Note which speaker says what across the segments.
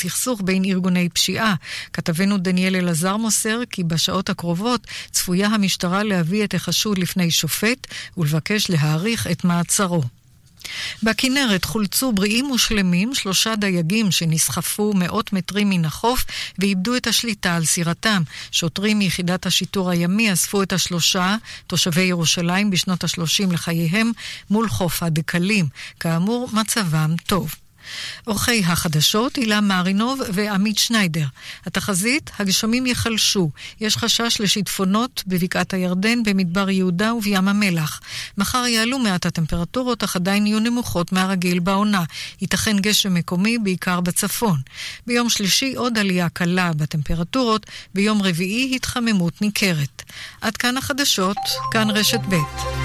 Speaker 1: סכסוך בין ארגוני פשיעה. כתבנו דניאל אלעזר מוסר כי בשעות הקרובות צפויה המשטרה להביא את החשוד לפני שופט ולבקש להאריך את מעצרו. בכנרת חולצו בריאים ושלמים 3 דייגים שנסחפו מאות מטרים מן החוף ואיבדו את השליטה על סירתם. שוטרים מיחידת השיטור הימי אספו את 3 תושבי ירושלים בשנות ה-30 לחייהם מול חוף הדקלים. כאמור, מצבם טוב. אורחי החדשות, אילה מרינוב ועמית שניידר. התחזית, הגשמים יחלשו. יש חשש לשיטפונות בבקעת הירדן, במדבר יהודה ובים המלח. מחר יעלו מעט הטמפרטורות, אך עדיין יהיו נמוכות מהרגיל בעונה. ייתכן גשם מקומי, בעיקר בצפון. ביום שלישי עוד עלייה קלה בטמפרטורות, ביום רביעי התחממות ניכרת. עד כאן החדשות, כאן רשת ב'.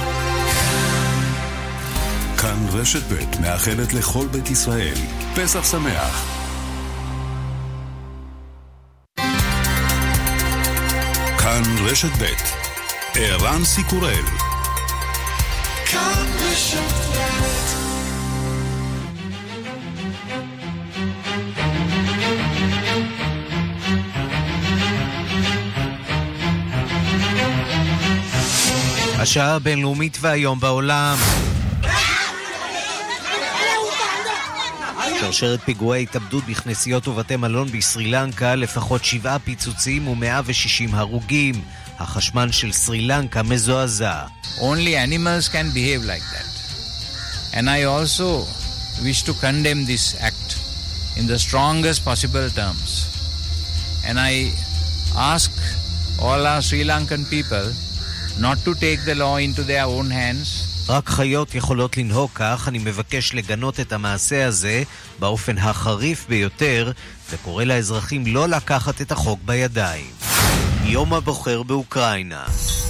Speaker 2: כאן רשת ב' מאחלת לכל בית ישראל פסח שמח. כאן רשת ב' ערן סיקורל. כאן רשת ב'.
Speaker 3: השעה הבינלאומית והיום בעולם. שרשרת פיגועי התאבדות בכנסיות ובתי מלון בסרילנקה, לפחות 7 פיצוצים ו160 הרוגים. החשמל של סרילנקה מזועזע.
Speaker 4: Only animals can behave like that. And I also wish to condemn this act in the strongest possible terms. And I ask all our Sri Lankan people not to take the law into their own hands.
Speaker 3: רק חיות יכולות לנהוג כך. אני מבקש לגנות את המעשה הזה באופן החריף ביותר, וקורא לאזרחים לא לקחת את החוק בידיים. יום הבוחר באוקראינה.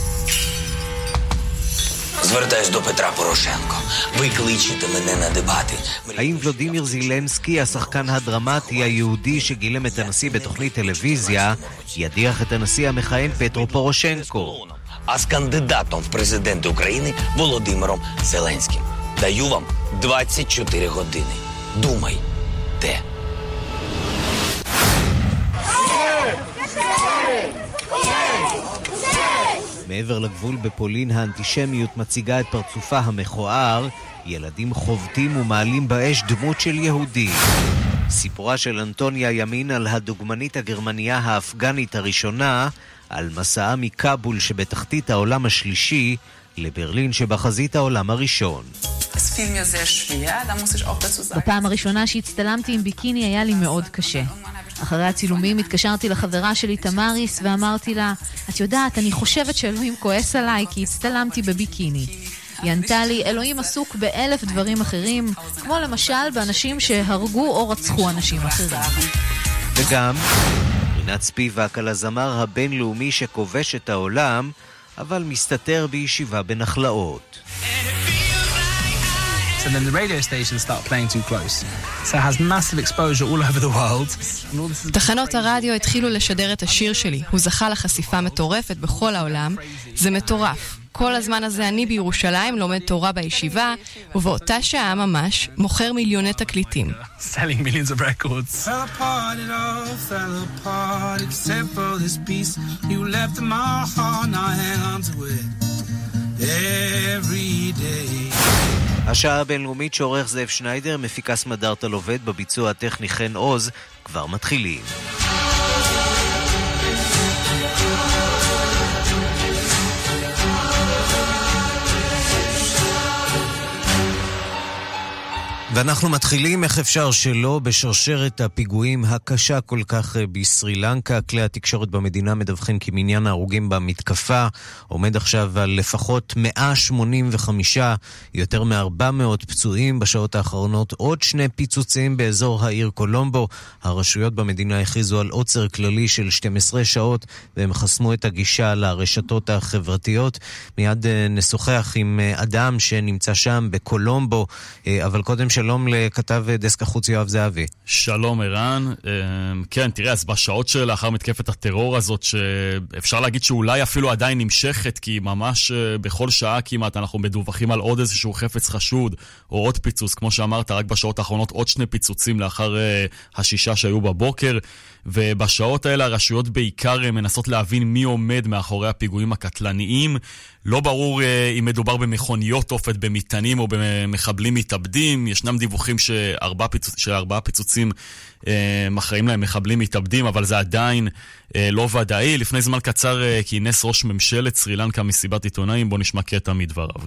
Speaker 5: Звертаюсь до Петра Порошенко. Ви кличете мене на дебати.
Speaker 3: האם ולודימיר זילנסקי, השחקן הדרמטי היהודי שגילם את הנשיא בתוכנית טלוויזיה, ידיח את הנשיא המכהן פטרו פורושנקו?
Speaker 5: А з кандидатом в президенти України Володимиром Зеленським. Даю вам 24 години. Думайте.
Speaker 3: מעבר לגבול בפולין, האנטישמיות מציגה את פרצופה המכוער. ילדים חובטים ומעלים באש דמות של יהודי. סיפורה של אנטוניה ימין על הדוגמנית הגרמניה האפגנית הראשונה, על מסעה מקאבול שבתחתית העולם השלישי לברלין שבחזית העולם הראשון.
Speaker 6: בפעם הראשונה שהצטלמתי עם ביקיני היה לי מאוד קשה. אחרי הצילומים התקשרתי לחברה שלי תמריס ואמרתי לה, את יודעת, אני חושבת שאלוהים כועס עליי כי הצטלמתי בביקיני. היא ענתה לי, אלוהים עסוק ב1000 דברים אחרים, כמו למשל באנשים שהרגו או רצחו אנשים אחרים.
Speaker 3: וגם רינת ספיבק על הזמר הבינלאומי שכובש את העולם, אבל מסתתר בישיבה בנחלאות.
Speaker 7: And then the radio stations start playing too close. So it has massive exposure all over the world.
Speaker 8: תחנות הרדיו התחילו לשדר את השיר שלי. הוא זכה לחשיפה מטורפת בכל העולם. זה מטורף. כל הזמן הזה אני בירושלים לומד תורה בישיבה, ובאותה שעה ממש מוכר מיליוני תקליטים.
Speaker 7: Selling millions of records.
Speaker 9: Fell apart, it all fell apart, except for this piece you left in my heart, and I hang on to it every day.
Speaker 3: השעה הבינלאומית שעורך זאב שניידר, מפיקה סמדארטה לובד, בביצוע הטכני חן עוז, כבר מתחילים. ואנחנו מתחילים, איך אפשר שלא, בשרשרת הפיגועים הקשה כל כך בסרילנקה. כלי התקשורת במדינה מדווחים כי מניין ההרוגים במתקפה עומד עכשיו על לפחות 185, יותר מ400 פצועים. בשעות האחרונות עוד 2 פיצוצים באזור העיר קולומבו. הרשויות במדינה הכריזו על עוצר כללי של 12 שעות והם חסמו את הגישה לרשתות החברתיות. מיד נשוחח עם אדם שנמצא שם בקולומבו, אבל קודם שלום שלום לכתב דסק החוץ יואב זהבי.
Speaker 10: שלום ערן. כן, תראה, אז בשעות שלאחר מתקפת הטרור הזאת, שאפשר להגיד שאולי אפילו עדיין נמשכת, כי ממש בכל שעה כמעט אנחנו מדווחים על עוד איזשהו חפץ חשוד, או עוד פיצוץ, כמו שאמרת, רק בשעות האחרונות עוד 2 פיצוצים לאחר 6 שהיו בבוקר, ובשעות האלה הרשויות בעיקר מנסות להבין מי עומד מאחורי הפיגועים הקטלניים. לא ברור אם מדובר במכוניות תופת, במטענים או במחבלים מתאבדים. ישנם דיווחים ש4 פיצוצים מכריעים להם מחבלים מתאבדים, אבל זה עדיין לא ודאי. לפני זמן קצר כינס ראש ממשלת סרילנקה מסיבת עיתונאים, בוא נשמע קטע מדבריו.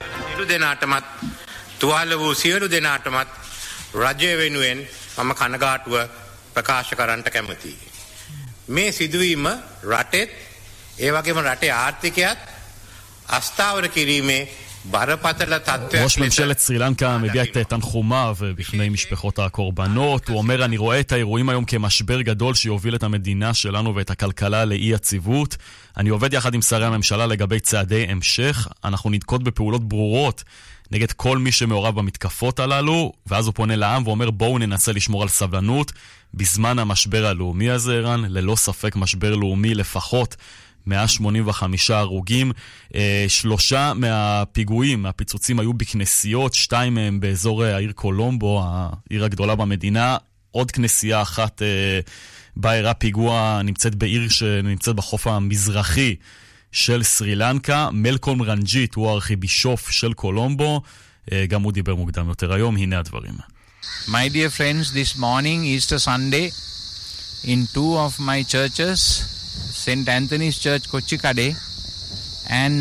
Speaker 11: ප්‍රකාශ කරන්නට කැමතියි. මේ සිදුවීම රටෙත් ඒ වගේම රටේ ආර්ථිකයත් අස්ථාවර කිරීමේ බරපතල තත්ත්වයක්.
Speaker 10: ראש ממשלת סרילנקה מביע את תנחומיו בפני משפחות הקורבנות. הוא אומר, אני רואה את האירועים היום כמשבר גדול שיוביל את המדינה שלנו ואת הכלכלה לאי יציבות. אני עובד יחד עם שרי הממשלה לגבי צעדי המשך. אנחנו ננקוט בפעולות ברורות נגד כל מי שמעורב במתקפות הללו, ואז הוא פונה לעם ואומר, בואו ננסה לשמור על סבלנות בזמן המשבר הלאומי הזה, ערן. ללא ספק משבר לאומי, לפחות 185 הרוגים. 3 מהפיגועים, מהפיצוצים היו בכנסיות, 2 מהם באזור העיר קולומבו, העיר הגדולה במדינה. עוד כנסייה אחת בה אירע פיגוע נמצאת בעיר שנמצאת בחוף המזרחי של סרילנקה. מלקום רנג'יט הוא הארכיבישוף של קולומבו, גם הוא דיבר מוקדם יותר היום. הנה הדברים.
Speaker 4: My dear friends, this morning, Easter Sunday, in 2 of my churches, St. Anthony's Church, Kochikade, and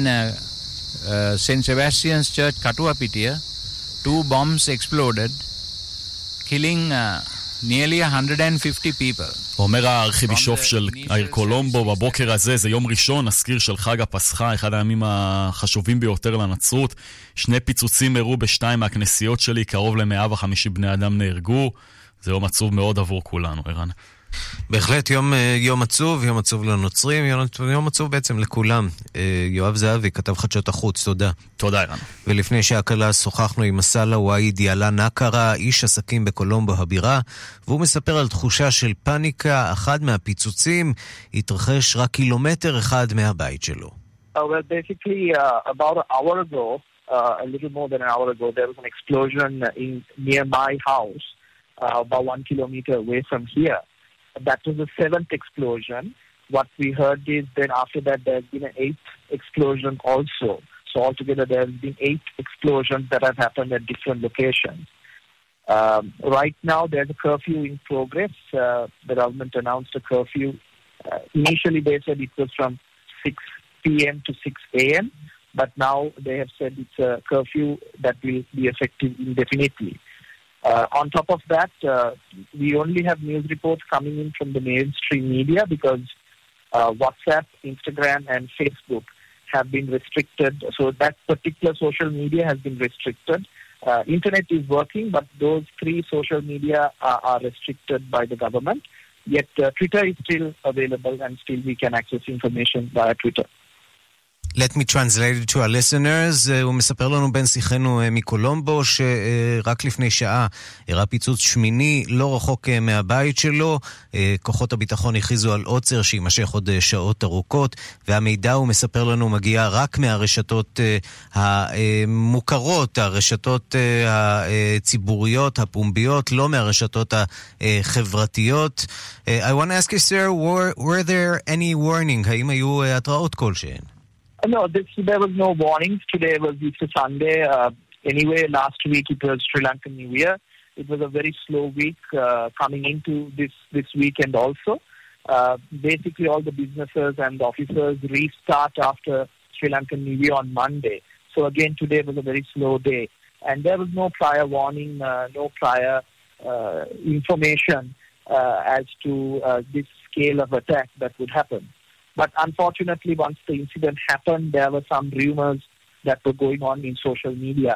Speaker 4: St. Sebastian's Church, Katuapitiya, 2 bombs exploded, killing nearly 150 people.
Speaker 10: אומר הארכיבישוף של העיר קולומבו, בבוקר הזה, זה יום ראשון, נזכיר, של חג הפסחה, אחד הימים החשובים ביותר לנצרות. 2 פיצוצים אירעו ב2 מהכנסיות שלי, קרוב ל150 בני אדם נהרגו. זה יום עצוב מאוד עבור כולנו, ערן.
Speaker 3: בהחלט יום עצוב, יום עצוב לנוצרים, יום עצוב בעצם לכולם. יואב זהבי, כתב חדשות החוץ, תודה.
Speaker 10: תודה, ערן.
Speaker 3: ולפני שהקלה שוחחנו עם מסאלה וואי דיאלה נקרה, איש עסקים בקולומבו הבירה, והוא מספר על תחושה של פאניקה. אחד מהפיצוצים התרחש רק 1 קילומטר מהבית שלו.
Speaker 12: Well, basically, about an hour ago, a little more than an hour ago, there was an explosion near my house, about 1 kilometer away from here. That was the 7th explosion. What we heard is then after that there's been an 8th explosion also. So altogether there's been 8 explosions that have happened at different locations. Right now there's a curfew in progress. The government announced a curfew. Initially they said it was from 6 p.m. to 6 a.m. But now they have said it's a curfew that will be effective indefinitely. On top of that, we only have news reports coming in from the mainstream media because WhatsApp, Instagram, and Facebook have been restricted. So that particular social media has been restricted. Internet is working, but those 3 social media are restricted by the government. Yet Twitter is still available and still we can access information via Twitter.
Speaker 3: Let me translate it to our listeners. הוא מספר לנו בין שיחנו מקולומבו שרק לפני שעה אירע פיצוץ שמיני לא רחוק מהבית שלו. כוחות הביטחון הכריזו על עוצר שימשך עוד שעות ארוכות, והמידע, הוא מספר לנו, מגיע רק מהרשתות המוכרות, הרשתות הציבוריות, הפומביות, לא מהרשתות החברתיות. I want to ask you, sir, were there any warning? האם היו התראות כלשהן?
Speaker 12: No, there was no warnings. Today was Easter Sunday. Anyway, last week it was Sri Lankan New Year. It was a very slow week coming into this weekend also. Basically, all the businesses and the officers restart after Sri Lankan New Year on Monday. So again, today was a very slow day. And there was no prior warning, no prior information as to this scale of attack that would happen. But unfortunately, once the incident happened, there were some rumors that were going on in social media,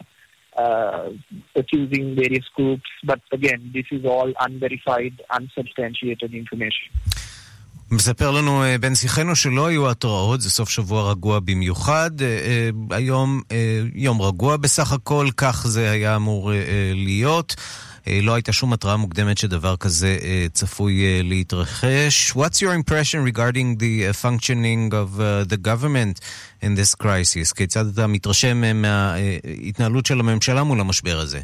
Speaker 12: accusing various groups. But again, this is all unverified, unsubstantiated information.
Speaker 3: מספר לנו בן שיחנו שלא היו התראות, זה סוף שבוע רגוע במיוחד, היום יום רגוע בסך הכל, כך זה היה אמור להיות. לא הייתה שום התראה מוקדמת שדבר כזה צפוי להתרחש. What's your impression regarding the functioning of the government in this crisis? כיצד אתה מתרשם מההתנהלות של הממשלה מול המשבר הזה?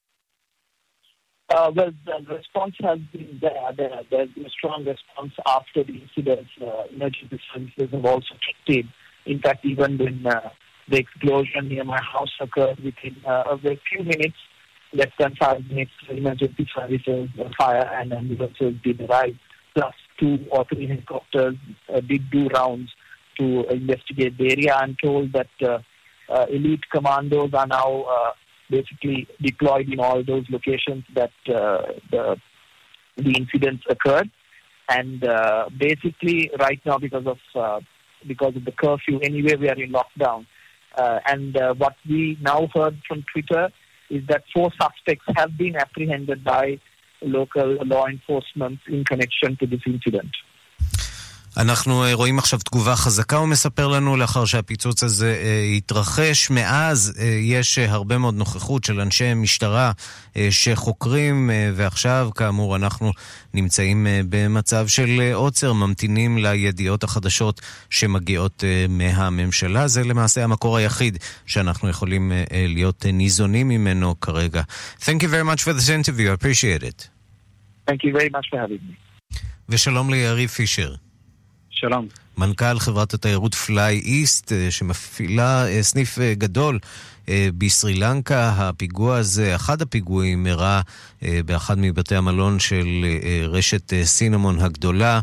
Speaker 12: Well, the response has been there. There's been a strong response after the incidents. Emergency services have also kicked in. In fact, even when the explosion near my house occurred, within a few minutes, less than 5 minutes, emergency services, fire and ambulances did arrive, plus 2 or 3 helicopters did do rounds to investigate the area. I'm told that elite commandos are now basically deployed in all those locations that the incidents occurred. And basically right now, because of the curfew, anyway, we are in lockdown. And what we now heard from Twitter is that 4 suspects have been apprehended by local law enforcement in connection to this incident.
Speaker 3: אנחנו רואים עכשיו תגובה חזקה, הוא מספר לנו, לאחר שהפיצוץ הזה התרחש. מאז יש הרבה מאוד נוכחות של אנשי משטרה שחוקרים, ועכשיו כאמור אנחנו נמצאים במצב של עוצר, ממתינים לידיעות החדשות שמגיעות מהממשלה. זה למעשה המקור היחיד שאנחנו יכולים להיות ניזונים ממנו כרגע. Thank you very much for this interview, I appreciate it.
Speaker 12: Thank you very much for having me.
Speaker 3: ושלום ליריב פישר.
Speaker 13: שלום.
Speaker 3: מנכ"ל חברת התיירות פליי איסט, שמפעילה סניף גדול בסרי לנקה. הפיגוע הזה, אחד הפיגועים, אירע באחד מבתי המלון של רשת סינמון הגדולה,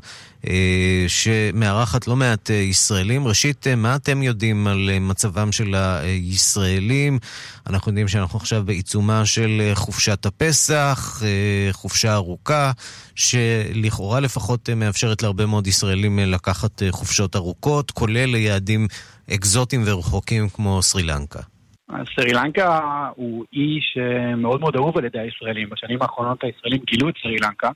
Speaker 3: שמארחת לא מעט ישראלים. ראשית, מה אתם יודעים על מצבם של הישראלים? אנחנו יודעים שאנחנו עכשיו בעיצומה של חופשת הפסח, חופשה ארוכה, שלכאורה לפחות מאפשרת להרבה מאוד ישראלים לקחת חופשות ארוכות, כולל ליעדים אקזוטיים ורחוקים כמו סרי לנקה.
Speaker 13: סרי לנקה הוא אי שמאוד מאוד אהוב על ידי הישראלים. בשנים האחרונות הישראלים גילו את סרי לנקה,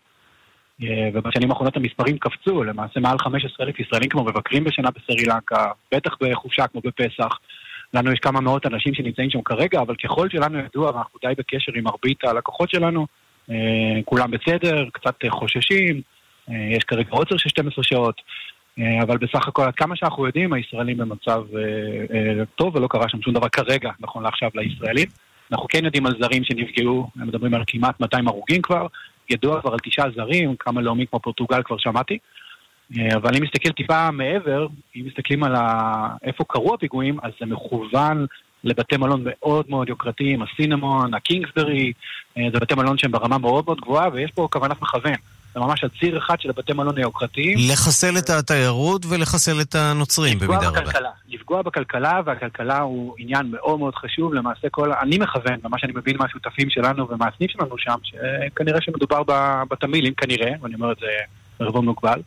Speaker 13: ובשנים האחרונות המספרים קפצו. למעשה מעל 15,000 ישראלים כמו מבקרים בשנה בסרי לנקה, בטח בחופשה כמו בפסח. לנו יש כמה מאות אנשים שנמצאים שם כרגע, אבל ככל שלנו ידוע, ואנחנו די בקשר עם מרבית הלקוחות שלנו, כולם בסדר, קצת חוששים, יש כרגע עוצר של 12 שעות, אבל בסך הכל, עד כמה שאנחנו יודעים, הישראלים במצב טוב, ולא קרה שם שום דבר כרגע, נכון לעכשיו לישראלים. אנחנו כן יודעים על זרים שנפגעו, הם מדברים על כמעט 200 הרוגים כבר, ידוע כבר על 9 זרים, כמה לאומים כמו פורטוגל כבר שמעתי, אבל אם מסתכל טיפה מעבר, אם מסתכלים על איפה קרו הפיגועים, אז זה מכוון לבתי מלון מאוד מאוד יוקרתיים, הסינמון, הקינגסברי, זה בתי מלון שהם ברמה מאוד מאוד גבוהה, ויש פה כוונת מכוון. זה ממש הציר אחד של הבתי מלון היוקרתיים.
Speaker 3: לחסל את התיירות ולחסל את הנוצרים במידה רבה.
Speaker 13: לפגוע בכלכלה, והכלכלה הוא עניין מאוד מאוד חשוב. למעשה אני מכוון, ומה שאני מבין מהשותפים שלנו ומהסניף שלנו שם, שכנראה שמדובר בתמילים, כנראה, ואני אומר את זה ברבון מוגבל.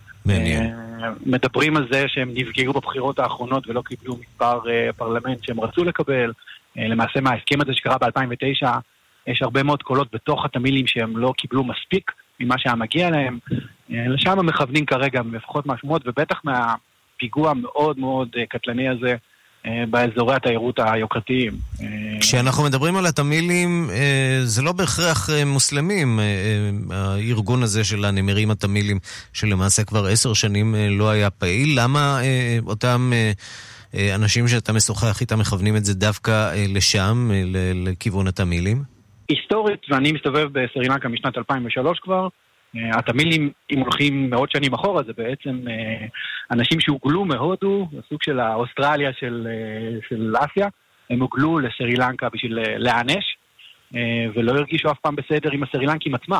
Speaker 13: מדברים על זה שהם נפגעו בבחירות האחרונות ולא קיבלו מספר פרלמנט שהם רצו לקבל. למעשה מההסכם הזה שקרה ב-2009, יש הרבה מאוד קולות בתוך התמילים שהם לא קיבלו מספיק ממה שהיה מגיע להם. לשם המכוונים כרגע, לפחות מהשמועות, ובטח מהפיגוע מאוד מאוד קטלני הזה באזורי התיירות היוקרתיים.
Speaker 3: כשאנחנו מדברים על התמילים, זה לא בהכרח מוסלמים, הארגון הזה של הנמרים התמילים, שלמעשה כבר 10 שנים לא היה פעיל. למה אותם אנשים שאתה משוחח איתם מכוונים את זה דווקא לשם, לכיוון התמילים?
Speaker 13: היסטורית, ואני מסתובב בסרי לנקה משנת 2003 כבר, התמילים, אם הולכים מאות שנים אחורה, זה בעצם אנשים שהוגלו מהודו, סוג של האוסטרליה של אסיה, הם הוגלו לסרי לנקה בשביל להענש, ולא הרגישו אף פעם בסדר עם הסרי לנקים עצמה.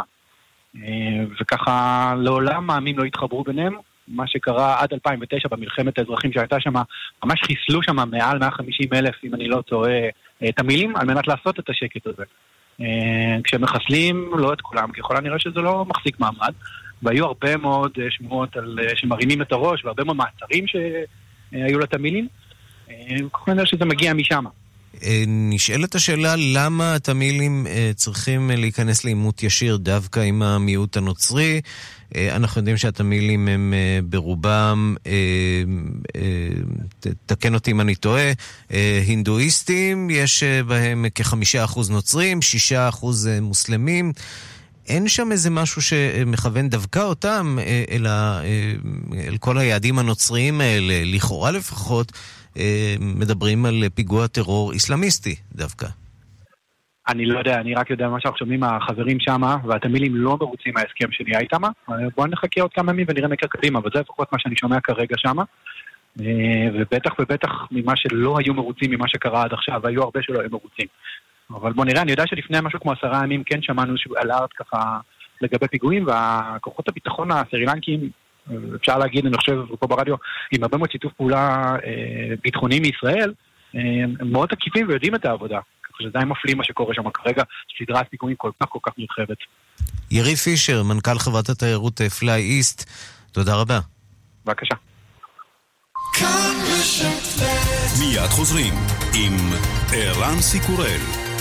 Speaker 13: וככה לעולם העמים לא התחברו ביניהם. מה שקרה עד 2009 במלחמת האזרחים שהייתה שם, ממש חיסלו שם מעל 150,000, אם אני לא טועה, תמילים, על מנת לעשות את השקט הזה. כשמחסלים לא את כולם, ככל הנראה שזה לא מחזיק מעמד, והיו הרבה מאוד שמועות שמרימים את הראש, והרבה מאוד מעצרים שהיו לתמילים, ככל הנראה שזה מגיע משם.
Speaker 3: נשאלת השאלה למה התמילים צריכים להיכנס לעימות ישיר דווקא עם המיעוט הנוצרי. אנחנו יודעים שהתמילים הם ברובם, תקן אותי אם אני טועה, הינדואיסטים, יש בהם כ5% נוצרים, 6% מוסלמים. אין שם איזה משהו שמכוון דווקא אותם אל כל היעדים הנוצריים האלה, לכאורה לפחות, מדברים על פיגוע טרור איסלאמיסטי דווקא.
Speaker 13: אני לא יודע, אני רק יודע מה שאנחנו שומעים מהחברים שם, והתמילים לא מרוצים מההסכם שנהיה איתם. בואו נחכה עוד כמה ימים ונראה מקר קדימה, אבל זה לפחות מה שאני שומע כרגע שם. ובטח ממה שלא היו מרוצים ממה שקרה עד עכשיו, והיו הרבה שלא היו מרוצים. אבל בואו נראה, אני יודע שלפני משהו כמו 10 ימים כן שמענו אלארט ככה לגבי פיגועים, והכוחות הביטחון הסרילנקיים, אפשר להגיד, אני חושב פה ברדיו, עם הרבה מאוד שיתוף פעולה ביטחוני מישראל, הם מאוד תקיפים ויודעים את העבודה. זה די מפליא מה שקורה שם כרגע, סדרת פיגועים כל כך נרחבת.
Speaker 3: יריב פישר, מנכ"ל חברת התיירות פליי איסט, תודה רבה.
Speaker 13: בבקשה.
Speaker 2: מיד חוזרים עם ערן סיקורל.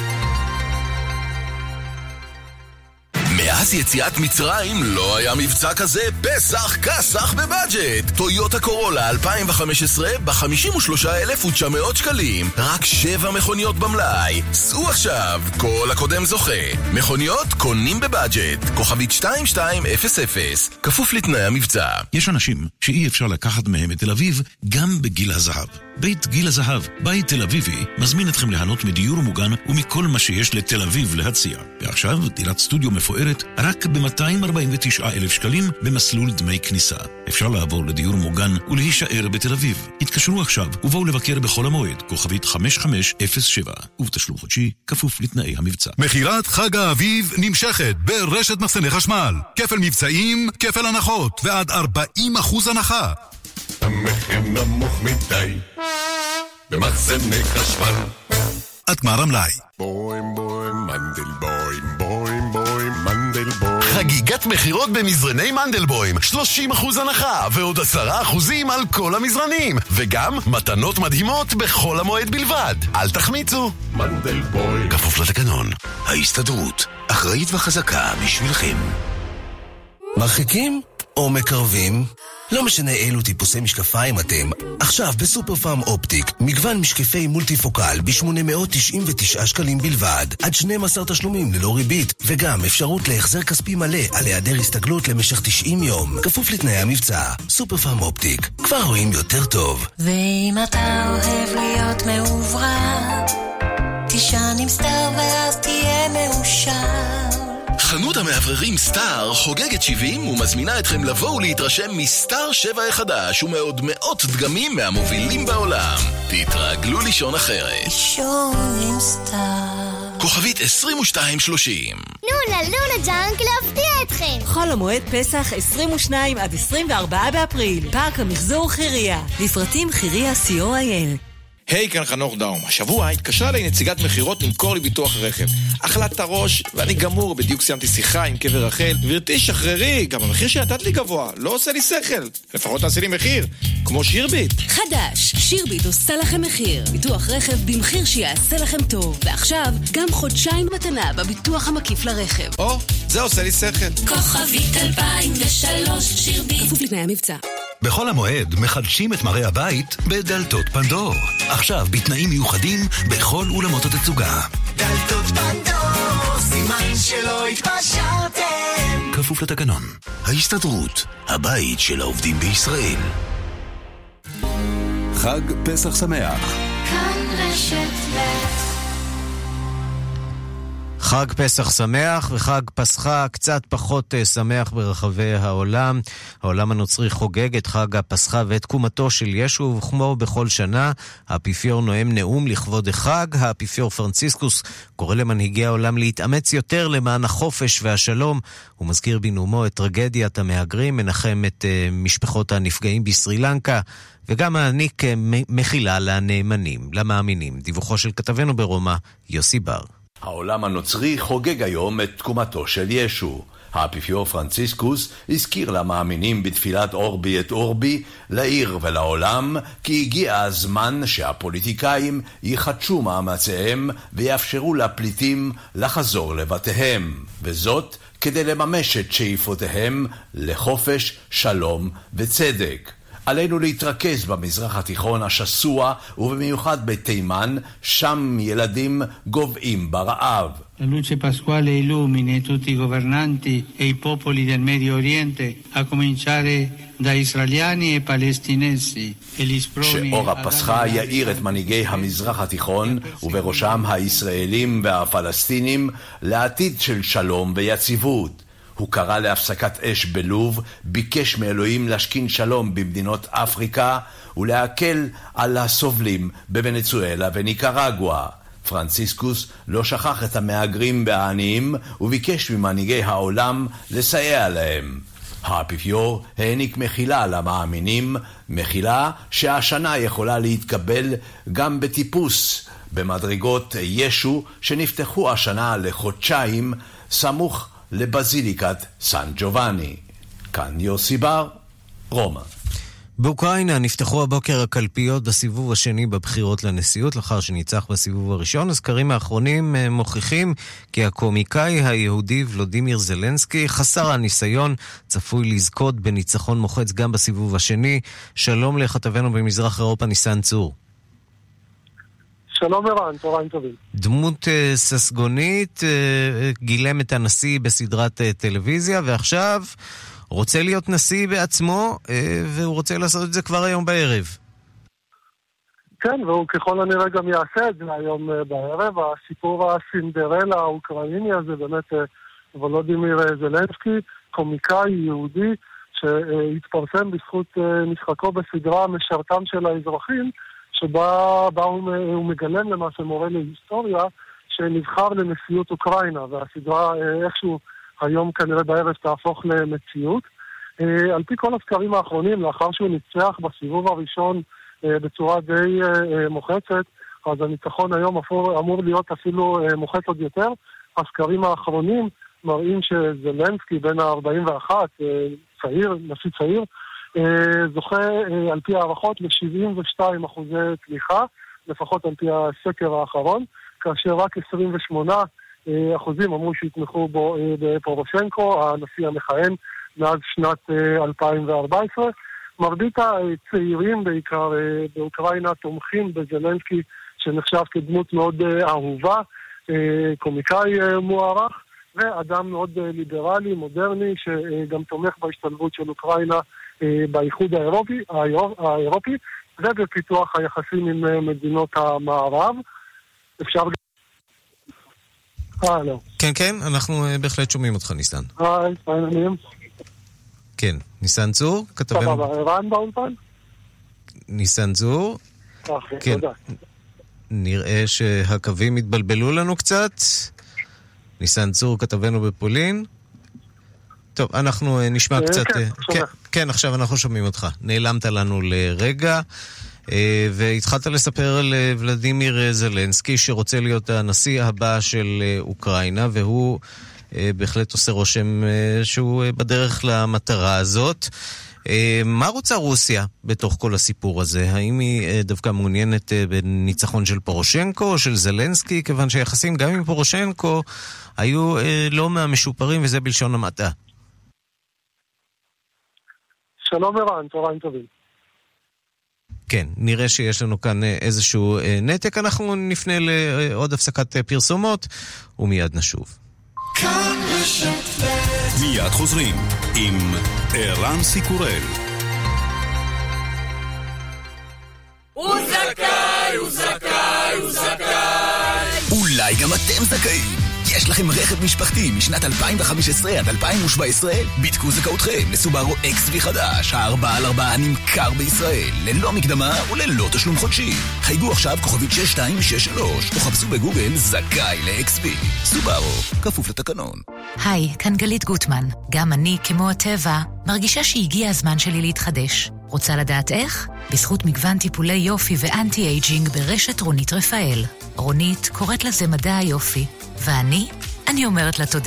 Speaker 14: מאז יציאת מצרים לא היה מבצע כזה פסח כסח בבאג'ט. טויוטה קורולה 2015 ב-53,900 שקלים. רק 7 מכוניות במלאי. סעו עכשיו, כל הקודם זוכה. מכוניות קונים בבאג'ט. כוכבית 2200, כפוף לתנאי המבצע.
Speaker 15: יש אנשים שאי אפשר לקחת מהם את תל אביב גם בגיל הזהב. בית גיל הזהב, בית תל אביבי, מזמין אתכם ליהנות מדיור מוגן ומכל מה שיש לתל אביב להציע. ועכשיו דירת סטודיו מפוארת רק ב-249,000 שקלים במסלול דמי כניסה. אפשר לעבור לדיור מוגן ולהישאר בתל אביב. התקשרו עכשיו ובואו לבקר בכל המועד, כוכבית 5507, ובתשלום חודשי כפוף לתנאי המבצע.
Speaker 16: מחירת חג האביב נמשכת ברשת מחסני חשמל. כפל מבצעים, כפל הנחות ועד 40% הנחה.
Speaker 17: המחיר נמוך מדי במחסני חשמל.
Speaker 16: עד גמר המלאי.
Speaker 17: בוים מנדלבוים, בוים מנדלבוים.
Speaker 18: חגיגת מחירות במזרני מנדלבוים, 30% הנחה ועוד 10% על כל המזרנים, וגם מתנות מדהימות בכל המועד בלבד. אל תחמיצו.
Speaker 17: מנדלבוים.
Speaker 18: כפוף לתקנון. ההסתדרות, אחראית וחזקה בשבילכם. מרחיקים או מקרבים? לא משנה אילו טיפוסי משקפיים אתם, עכשיו בסופר פארם אופטיק, מגוון משקפי מולטיפוקל ב-899 שקלים בלבד, עד 12 תשלומים ללא ריבית, וגם אפשרות להחזר כספי מלא על היעדר הסתגלות למשך 90 יום, כפוף לתנאי המבצע. סופר פארם אופטיק, כבר רואים יותר טוב.
Speaker 19: ואם אתה אוהב להיות מעוברר, תישן עם סטאר ואז תהיה מאושר.
Speaker 14: חנות המאווררים סטאר חוגגת 70 ומזמינה אתכם לבוא ולהתרשם מסטאר 7 החדש ומעוד מאות דגמים מהמובילים בעולם. תתרגלו לישון אחרת.
Speaker 19: לישון עם סטאר.
Speaker 14: כוכבית 2230.
Speaker 20: לונה ג'אנק להפתיע אתכם.
Speaker 21: חול המועד פסח 22 עד 24 באפריל. פארק המחזור חיריה. לפרטים חיריה co.il.
Speaker 22: היי, כאן חנוך דאום. השבוע התקשרה לי נציגת מחירות למכור לי ביטוח רכב. אכלת הראש ואני גמור. בדיוק סיימתי שיחה עם קבר רחל. גברתי, שחררי, גם המחיר שנתת לי גבוה. לא עושה לי שכל. לפחות תעשי לי מחיר, כמו שירביט.
Speaker 23: חדש, שירביט עושה לכם מחיר. ביטוח רכב במחיר שיעשה לכם טוב. ועכשיו, גם חודשיים מתנה בביטוח המקיף לרכב.
Speaker 22: זה עושה לי שכל.
Speaker 23: כוכבית 2003 שירביט. כפוף לתנאי המבצע.
Speaker 18: בכל המועד מחדשים את מראה הבית בדלתות פנדור. עכשיו בתנאים מיוחדים בכל אולמות התצוגה.
Speaker 19: דלתות פנדור, סימן שלא התפשרתם.
Speaker 18: כפוף לתקנון. ההסתדרות, הבית של העובדים בישראל.
Speaker 2: חג פסח שמח.
Speaker 19: כאן רשת ב'.
Speaker 3: חג פסח שמח וחג פסחה קצת פחות שמח ברחבי העולם. העולם הנוצרי חוגג את חג הפסחה ואת תקומתו של ישו, וכמו בכל שנה, האפיפיור נואם נאום לכבוד החג. האפיפיור פרנציסקוס קורא למנהיגי העולם להתאמץ יותר למען החופש והשלום. הוא מזכיר בנאומו את טרגדיית המהגרים, מנחם את משפחות הנפגעים בסרילנקה, וגם מעניק מחילה לנאמנים, למאמינים. דיווחו של כתבנו ברומא, יוסי בר.
Speaker 24: העולם הנוצרי חוגג היום את תקומתו של ישו.
Speaker 1: האפיפיור פרנציסקוס הזכיר למאמינים בתפילת אורבי את אורבי, לעיר ולעולם, כי הגיע הזמן שהפוליטיקאים יחדשו מאמציהם ויאפשרו לפליטים לחזור לבתיהם, וזאת כדי לממש את שאיפותיהם לחופש, שלום וצדק. עלינו להתרכז במזרח התיכון השסוע, ובמיוחד בתימן, שם ילדים גובעים ברעב.
Speaker 5: La luce pasquale illumini tutti i governanti e i popoli del Medio Oriente, a cominciare da israeliani e palestinesi.
Speaker 1: שאור הפסחה יאיר את מנהיגי המזרח התיכון, ובראשם הישראלים והפלסטינים, לעתיד של שלום ויציבות. הוא קרא להפסקת אש בלוב, ביקש מאלוהים להשכין שלום במדינות אפריקה, ולהקל על הסובלים בוונצואלה וניקרגואה. פרנציסקוס לא שכח את המהגרים והעניים, וביקש ממנהיגי העולם לסייע להם. האפיפיור העניק מחילה למאמינים, מחילה שהשנה יכולה להתקבל גם בטיפוס במדרגות ישו שנפתחו השנה לחודשיים סמוך לבזיליקת סן ג'ובאני. כאן יוסי בר, רומא.
Speaker 3: באוקראינה נפתחו הבוקר הקלפיות בסיבוב השני בבחירות לנשיאות, לאחר שניצח בסיבוב הראשון. הסקרים האחרונים מוכיחים כי הקומיקאי היהודי ולודימיר זלנסקי חסר הניסיון, צפוי לזכות בניצחון מוחץ גם בסיבוב השני. שלום לכתבנו במזרח אירופה ניסן צור.
Speaker 6: שלום ערן, צהריים טובים.
Speaker 3: דמות ססגונית, גילם את הנשיא בסדרת טלוויזיה, ועכשיו רוצה להיות נשיא בעצמו, והוא רוצה לעשות את זה כבר היום בערב.
Speaker 6: כן, והוא ככל הנראה גם יעשה את זה היום בערב. הסיפור הסינדרלה האוקראיני הזה, באמת וולודימיר זלנסקי, קומיקאי יהודי שהתפרסם בזכות משחקו בסדרה משרתם של האזרחים, שבה הוא מגלם למעשה מורה להיסטוריה שנבחר לנשיאות אוקראינה, והסדרה איכשהו היום כנראה בערב תהפוך למציאות. על פי כל הסקרים האחרונים, לאחר שהוא ניצח בסיבוב הראשון בצורה די מוחצת, אז הניצחון היום אמור להיות אפילו מוחץ עוד יותר. הסקרים האחרונים מראים שזלנסקי בן ה-41, צעיר, נשיא צעיר, זוכה על פי הערכות ל-72% תמיכה, לפחות על פי הסקר האחרון, כאשר רק 28% אמרו שיתמכו בו בפורושנקו, הנשיא המכהן מאז שנת 2014. מרבית הצעירים בעיקר באוקראינה תומכים בזלנסקי, שנחשב כדמות מאוד אהובה, קומיקאי מוערך, ואדם מאוד ליברלי, מודרני, שגם תומך בהשתלבות של אוקראינה באיחוד האירופי ובפיתוח היחסים עם מדינות המערב. אפשר לא.
Speaker 3: כן, כן, אנחנו בהחלט שומעים אותך, ניסן.
Speaker 6: היי,
Speaker 3: כן, ניסן צור, כתבנו.
Speaker 6: סבבה, ערן באולפן?
Speaker 3: ניסן צור.
Speaker 6: כן. תודה.
Speaker 3: נראה שהקווים התבלבלו לנו קצת. ניסן צור, כתבנו בפולין. טוב, אנחנו נשמע קצת... כן, עכשיו אנחנו שומעים אותך. נעלמת לנו לרגע, והתחלת לספר על ולדימיר זלנסקי, שרוצה להיות הנשיא הבא של אוקראינה, והוא בהחלט עושה רושם שהוא בדרך למטרה הזאת. מה רוצה רוסיה בתוך כל הסיפור הזה? האם היא דווקא מעוניינת בניצחון של פורושנקו או של זלנסקי? כיוון שהיחסים גם עם פורושנקו היו לא מהמשופרים, וזה בלשון המעטה.
Speaker 6: שלום ערן, צהריים טובים.
Speaker 3: כן, נראה שיש לנו כאן איזשהו נתק. אנחנו נפנה לעוד הפסקת פרסומות ומיד נשוב.
Speaker 2: מיד חוזרים עם ערן סיקורל.
Speaker 19: הוא זכאי, הוא זכאי, הוא זכאי.
Speaker 14: אולי גם אתם זכאים. יש לכם רכב משפחתי משנת 2015 עד 2017? בדקו זכאותכם לסובארו XV חדש, ה4x4 הנמכר בישראל, ללא מקדמה וללא תשלום חודשי. חייגו עכשיו כוכבית 6263 או חפשו בגוגל זכאי ל-XV. סובארו, כפוף לתקנון.
Speaker 24: היי, כאן גלית גוטמן. גם אני, כמו הטבע, מרגישה שהגיע הזמן שלי להתחדש. רוצה לדעת איך? בזכות מגוון טיפולי יופי ואנטי-אייג'ינג ברשת רונית רפאל. רונית קוראת לזה מדע היופי. ואני אומרת לה תודה.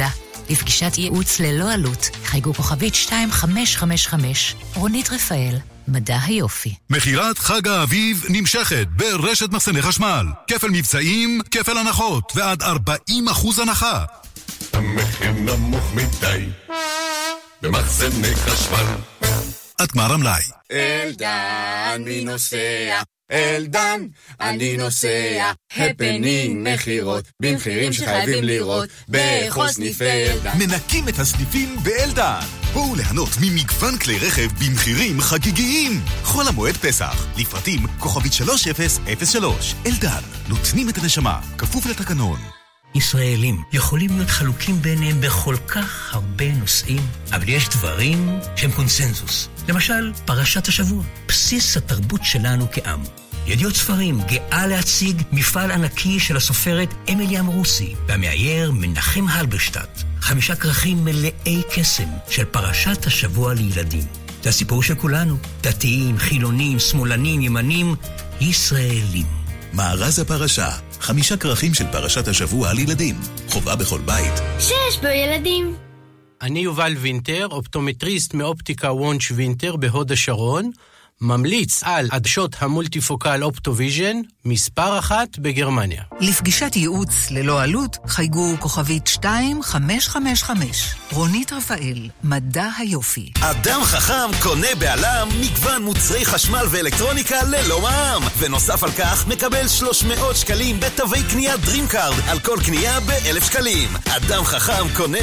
Speaker 24: לפגישת ייעוץ ללא עלות, חייגו כוכבית 2555. רונית רפאל, מדע היופי.
Speaker 16: מחירת חג האביב נמשכת ברשת מחסני חשמל. כפל מבצעים, כפל הנחות ועד 40% הנחה.
Speaker 17: המחיר נמוך מדי במחסני חשמל.
Speaker 16: עטמר המלאי.
Speaker 19: אלדן מי נוסע, אלדן אני נוסע, הפנינג מחירות במחירים שחייבים לראות בכל סניפי אלדן.
Speaker 7: מנקים את הסניפים באלדן. בואו ליהנות ממגוון כלי רכב במחירים חגיגיים. חול המועד פסח, לפרטים כוכבית 3003. אלדן, נותנים את הנשמה, כפוף לתקנון.
Speaker 8: ישראלים יכולים להיות חלוקים ביניהם בכל כך הרבה נושאים, אבל יש דברים שהם קונסנזוס. למשל, פרשת השבוע, בסיס התרבות שלנו כעם. ידיעות ספרים גאה להציג מפעל ענקי של הסופרת אמילי אמרוסי והמאייר מנחם הלברשטט. 5 כרכים מלאי קסם של פרשת השבוע לילדים. זה הסיפור של כולנו, דתיים, חילונים, שמאלנים, ימנים, ישראלים.
Speaker 7: מארז הפרשה, 5 כרכים של פרשת השבוע על ילדים. חובה בכל בית.
Speaker 20: שיש בו ילדים.
Speaker 9: אני יובל וינטר, אופטומטריסט מאופטיקה וונש וינטר בהוד השרון, ממליץ על עדשות המולטיפוקל אופטוויז'ן, מספר 1 בגרמניה.
Speaker 24: לפגישת ייעוץ ללא עלות, חייגו כוכבית 2555. רונית רפאל, מדע היופי.
Speaker 7: אדם חכם קונה בעלם מגוון מוצרי חשמל ואלקטרוניקה ללא מע"מ. ונוסף על כך מקבל 300 שקלים בתווי קנייה דרימקארד על כל קנייה ב1,000 שקלים. אדם חכם קונה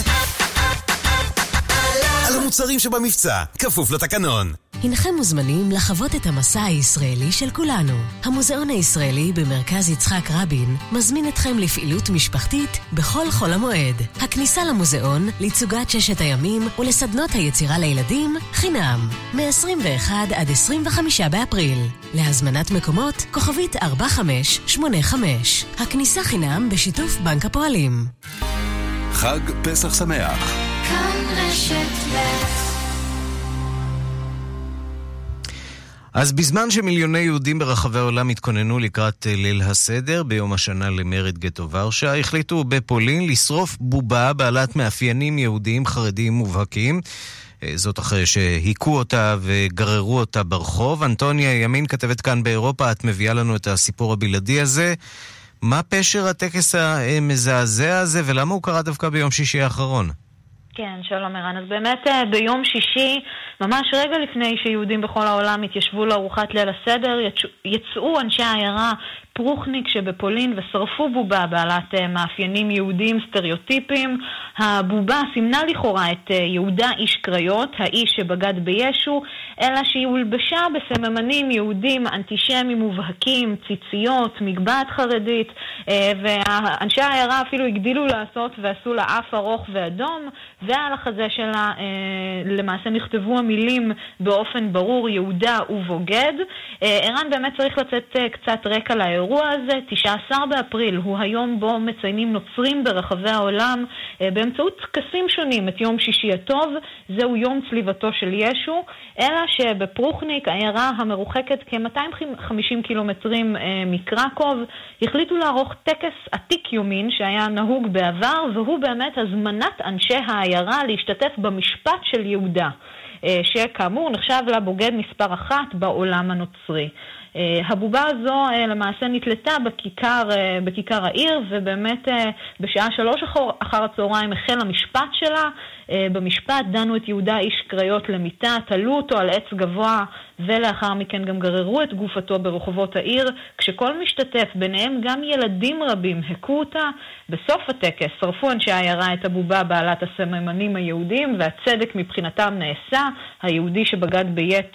Speaker 7: על המוצרים שבמבצע, כפוף לתקנון.
Speaker 21: הנכם מוזמנים לחוות את המסע הישראלי של כולנו. המוזיאון הישראלי במרכז יצחק רבין מזמין אתכם לפעילות משפחתית בכל חול המועד. הכניסה למוזיאון, לצוגת 6 הימים ולסדנות היצירה לילדים חינם. מ-21 עד 25 באפריל. להזמנת מקומות, כוכבית 4585. הכניסה חינם בשיתוף בנק הפועלים.
Speaker 2: חג פסח שמח.
Speaker 20: כאן רשת ב'.
Speaker 3: אז בזמן שמיליוני יהודים ברחבי העולם התכוננו לקראת ליל הסדר, ביום השנה למרד גטו ורשה, החליטו בפולין לשרוף בובה בעלת מאפיינים יהודיים חרדיים מובהקים. זאת אחרי שהיקו אותה וגררו אותה ברחוב. אנטוניה ימין, כתבת כאן באירופה, את מביאה לנו את הסיפור הבלעדי הזה. מה פשר הטקס המזעזע הזה ולמה הוא קרה דווקא ביום שישי האחרון?
Speaker 11: כן, שלום ערן. אז באמת ביום שישי, ממש רגע לפני שיהודים בכל העולם התיישבו לארוחת ליל הסדר, יצאו אנשי העיירה פרוחניק שבפולין ושרפו בובה בעלת מאפיינים יהודיים סטריאוטיפיים. הבובה סימנה לכאורה את יהודה איש קריות, האיש שבגד בישו, אלא שהיא הולבשה בסממנים יהודים אנטישמיים מובהקים, ציציות, מגבעת חרדית, ואנשי העיירה אפילו הגדילו לעשות ועשו לה אף ארוך ואדום, ועל החזה שלה למעשה נכתבו המילים באופן ברור, יהודה ובוגד. ערן, באמת צריך לצאת קצת רקע לאירוע הזה. 19 באפריל הוא היום בו מציינים נוצרים ברחבי העולם באמצעות טקסים שונים את יום שישי הטוב. זהו יום צליבתו של ישו, אלא שבפרוחניק, העיירה המרוחקת כ-250 קילומטרים מקרקוב, החליטו לערוך טקס עתיק יומין שהיה נהוג בעבר, והוא באמת הזמנת אנשי העיירה להשתתף במשפט של יהודה, שכאמור נחשב לבוגד מספר 1 בעולם הנוצרי. הבובה הזו למעשה נתלתה בכיכר העיר, ובאמת בשעה 3 אחר הצהריים החל המשפט שלה. במשפט דנו את יהודה איש קריות למיטה, תלו אותו על עץ גבוה, ולאחר מכן גם גררו את גופתו ברחובות העיר, כשכל משתתף, ביניהם גם ילדים רבים, הכו אותה. בסוף הטקס שרפו אנשי העיירה את הבובה בעלת הסממנים היהודים, והצדק מבחינתם נעשה, היהודי שבגד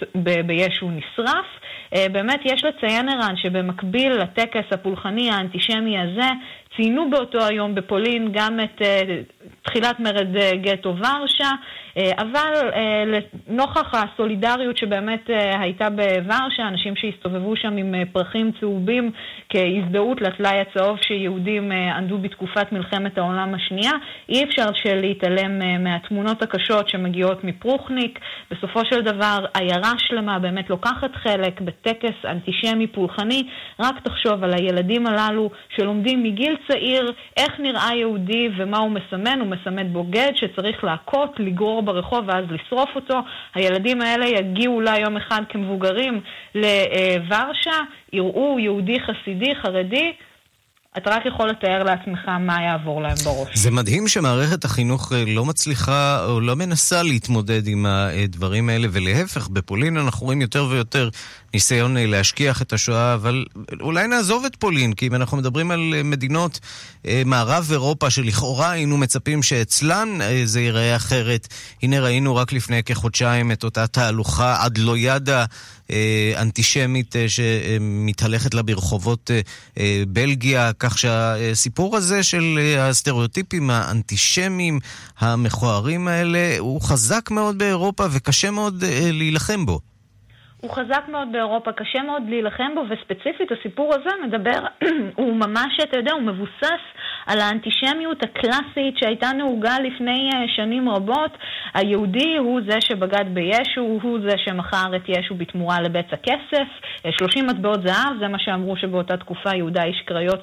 Speaker 11: בישו נשרף. באמת יש לציין ערן שבמקביל לטקס הפולחני האנטישמי הזה, ציינו באותו היום בפולין גם את תחילת מרד גטו ורשה, אבל נוכח הסולידריות שבאמת הייתה בוורשה, אנשים שהסתובבו שם עם פרחים צהובים כהזדהות לטלאי הצהוב שיהודים ענדו בתקופת מלחמת העולם השנייה, אי אפשר להתעלם מהתמונות הקשות שמגיעות מפרוחניק. בסופו של דבר עיירה שלמה באמת לוקחת חלק בטקס אנטישמי פולחני. רק תחשוב על הילדים הללו שלומדים מגיל צעיר איך נראה יהודי ומה הוא מסמן. הוא מסמן בוגד שצריך להכות, לגרור ברחוב ואז לשרוף אותו. הילדים האלה יגיעו אולי יום אחד כמבוגרים לוורשה, יראו יהודי חסידי חרדי, אתה רק יכול לתאר לעצמך מה יעבור להם בראש.
Speaker 3: זה מדהים שמערכת החינוך לא מצליחה או לא מנסה להתמודד עם הדברים האלה, ולהפך, בפולין אנחנו רואים יותר ויותר ניסיון להשכיח את השואה, אבל אולי נעזוב את פולין, כי אם אנחנו מדברים על מדינות מערב אירופה שלכאורה היינו מצפים שאצלן זה ייראה אחרת. הנה ראינו רק לפני כחודשיים את אותה תהלוכה עד לא ידע אנטישמית שמתהלכת לה ברחובות בלגיה, כך שהסיפור הזה של הסטריאוטיפים האנטישמיים המכוערים האלה הוא חזק מאוד באירופה וקשה מאוד להילחם בו.
Speaker 11: הוא חזק מאוד באירופה, קשה מאוד להילחם בו, וספציפית הסיפור הזה מדבר, הוא ממש, אתה יודע, הוא מבוסס על האנטישמיות הקלאסית שהייתה נהוגה לפני שנים רבות. היהודי הוא זה שבגד בישו, הוא זה שמכר את ישו בתמורה לבצע כסף, 30 מטבעות זהב, זה מה שאמרו שבאותה תקופה יהודה איש קריות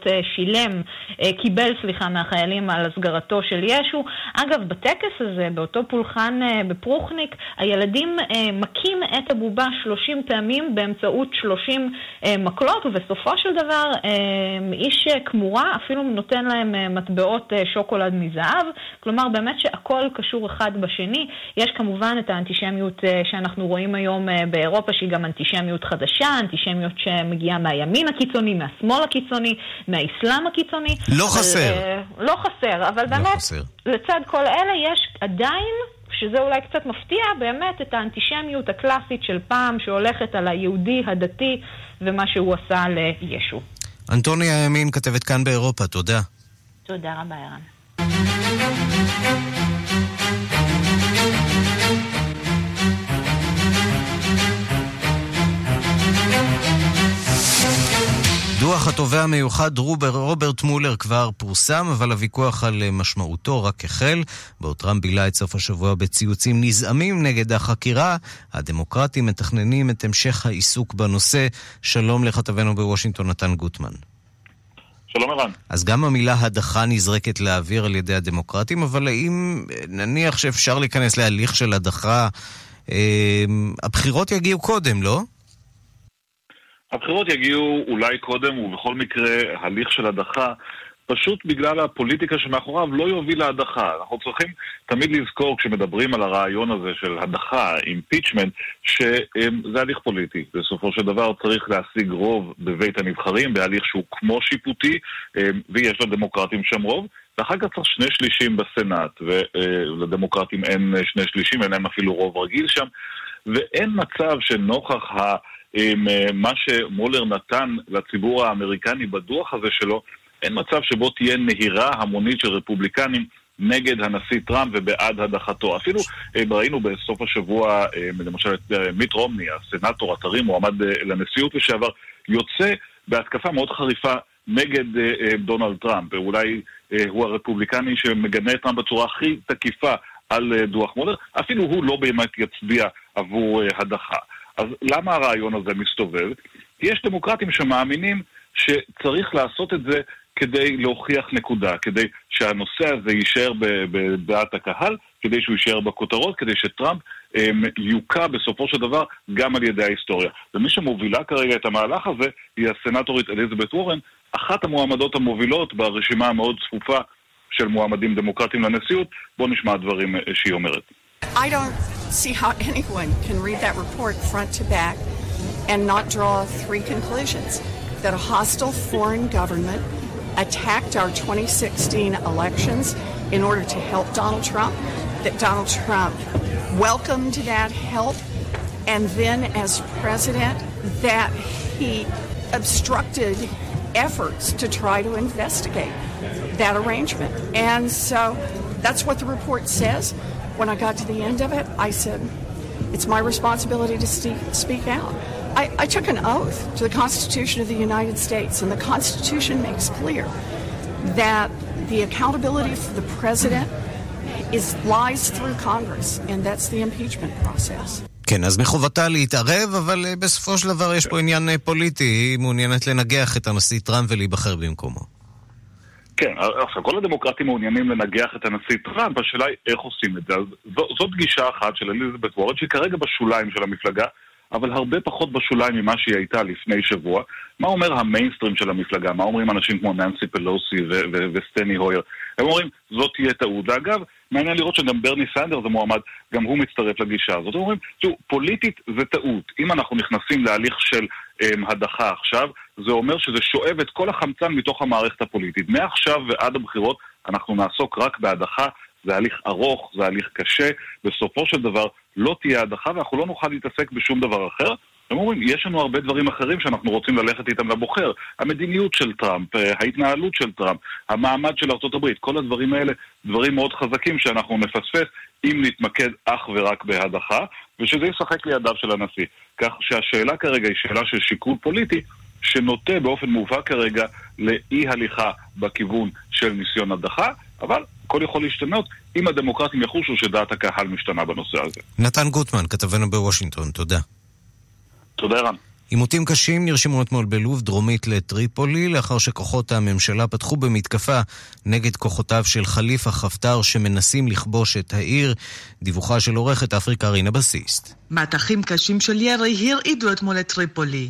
Speaker 11: קיבל מהחיילים על הסגרתו של ישו. אגב, בטקס הזה, באותו פולחן בפרוחניק, הילדים מקים את הבובה 30 פעמים באמצעות 30 מקלות, ובסופו של דבר איש כמורה אפילו נותן להם מטבעות שוקולד מזהב. כלומר באמת שהכל קשור אחד בשני. יש כמובן את האנטישמיות שאנחנו רואים היום באירופה, שהיא גם אנטישמיות חדשה, אנטישמיות שמגיעה מהימין הקיצוני, מהשמאל הקיצוני, מהאסלאם הקיצוני.
Speaker 3: לא חסר.
Speaker 11: לא חסר, אבל באמת לצד כל אלה יש עדיין, שזה אולי קצת מפתיע, באמת את האנטישמיות הקלאסית של פעם שהולכת על היהודי הדתי ומה שהוא עשה לישו.
Speaker 3: אנטוניה ימין, כתבת כאן באירופה, תודה.
Speaker 11: תודה רבה, ערן.
Speaker 3: דוח התובע המיוחד רוברט מולר כבר פורסם, אבל הוויכוח על משמעותו רק החל. בעוד טראמפ בילה את סוף השבוע בציוצים נזעמים נגד החקירה, הדמוקרטים מתכננים את המשך העיסוק בנושא. שלום לכתבנו בוושינגטון נתן גוטמן.
Speaker 4: שלום ערן.
Speaker 3: אז גם המילה הדחה נזרקת לאוויר על ידי הדמוקרטים, אבל האם נניח שאפשר להיכנס להליך של הדחה, הבחירות יגיעו קודם, לא?
Speaker 4: הבחירות יגיעו אולי קודם, ובכל מקרה הליך של הדחה, פשוט בגלל הפוליטיקה שמאחוריו לא יוביל להדחה. אנחנו צריכים תמיד לזכור כשמדברים על הרעיון הזה של הדחה, impeachment, שזה הליך פוליטי. בסופו של דבר צריך להשיג רוב בבית הנבחרים, בהליך שהוא כמו שיפוטי, ויש לדמוקרטים שם רוב, ואחר כך צריך 2/3 בסנאט, ולדמוקרטים אין 2/3, אין להם אפילו רוב רגיל שם, ואין מצב שנוכח מה שמולר נתן לציבור האמריקני בדוח הזה שלו, אין מצב שבו תהיה נהירה המונית של רפובליקנים נגד הנשיא טראמפ ובעד הדחתו. אפילו ראינו בסוף השבוע, למשל את מיט רומני, הסנאטור הטרי, מועמד לנשיאות לשעבר, יוצא בהתקפה מאוד חריפה נגד דונלד טראמפ. אולי הוא הרפובליקני שמגנה את טראמפ בצורה הכי תקיפה על דוח מולר, אפילו הוא לא באמת יצביע עבור הדחה. אז למה הרעיון הזה מסתובב? כי יש דמוקרטים שמאמינים שצריך לעשות את זה כדי להוכיח נקודה, כדי שהנושא הזה יישאר בדעת הקהל, כדי שהוא יישאר בכותרות, כדי שטראמפ יוקע בסופו של דבר גם על ידי ההיסטוריה. ומי שמובילה כרגע את המהלך הזה היא הסנטורית אליזבת וורן, אחת המועמדות המובילות ברשימה המאוד צפופה של מועמדים דמוקרטים לנשיאות. בואו נשמע הדברים שהיא אומרת.
Speaker 10: I don't see how anyone can read that report front to back and not draw 3 conclusions. That a hostile foreign government attacked our 2016 elections in order to help Donald Trump, that Donald Trump welcomed that help, and then as president that he obstructed efforts to try to investigate that arrangement. And so that's what the report says. When I got to the end of it, I said, it's my responsibility to speak out. I took an oath to the Constitution of the United States, and the Constitution makes clear that the accountability for the president lies through Congress, and that's the impeachment process.
Speaker 3: כן, אז מחובתה להתערב, אבל בסופו של דבר יש פה עניין פוליטי, היא מעוניינת לנגח את הנשיא טראמפ ולהיבחר במקומו.
Speaker 4: כן, עכשיו כל הדמוקרטים מעוניינים לנגח את הנשיא טראמפ, השאלה היא איך עושים את זה. אז זאת גישה אחת של אליזבת וורן, שהיא כרגע בשוליים של המפלגה, אבל הרבה פחות בשוליים ממה שהיא הייתה לפני שבוע. מה אומר המיינסטרים של המפלגה? מה אומרים אנשים כמו ננסי פלוסי וסטני הויר? הם אומרים, זאת תהיה טעות. ואגב, מעניין לראות שגם ברני סנדרס המועמד, גם הוא מצטרף לגישה הזאת. הם אומרים, פוליטית זה טעות. אם אנחנו נכנסים להליך של הדחה עכשיו, זה אומר שזה שואב את כל החמצן מתוך המערכת הפוליטית. מעכשיו ועד הבחירות אנחנו נעסוק רק בהדחה, זה הליך ארוך, זה הליך קשה, בסופו של דבר לא תהיה הדחה ואנחנו לא נוכל להתעסק בשום דבר אחר. הם אומרים, יש לנו הרבה דברים אחרים שאנחנו רוצים ללכת איתם לבוחר. המדיניות של טראמפ, ההתנהלות של טראמפ, המעמד של ארצות הברית, כל הדברים האלה, דברים מאוד חזקים שאנחנו נפספס אם נתמקד אך ורק בהדחה, ושזה ישחק לידיו של הנשיא. כך שהשאלה כרגע היא שאלה של שיקול פוליטי, שנוטה באופן מובהק כרגע לאי הליכה בכיוון של ניסיון הדחה, אבל הכל יכול להשתנות אם הדמוקרטים יחושו שדעת הקהל משתנה בנושא הזה.
Speaker 3: נתן גוטמן, כתבנו בוושינגטון, תודה.
Speaker 4: תודה רן.
Speaker 3: עימותים קשים נרשמו אתמול בלוב, דרומית לטריפולי, לאחר שכוחות הממשלה פתחו במתקפה נגד כוחותיו של חליפה חפטר שמנסים לכבוש את העיר. דיווחה של עורכת אפריקה רינה בסיסט.
Speaker 12: מטחים קשים של ירי הרעידו אתמול את טריפולי.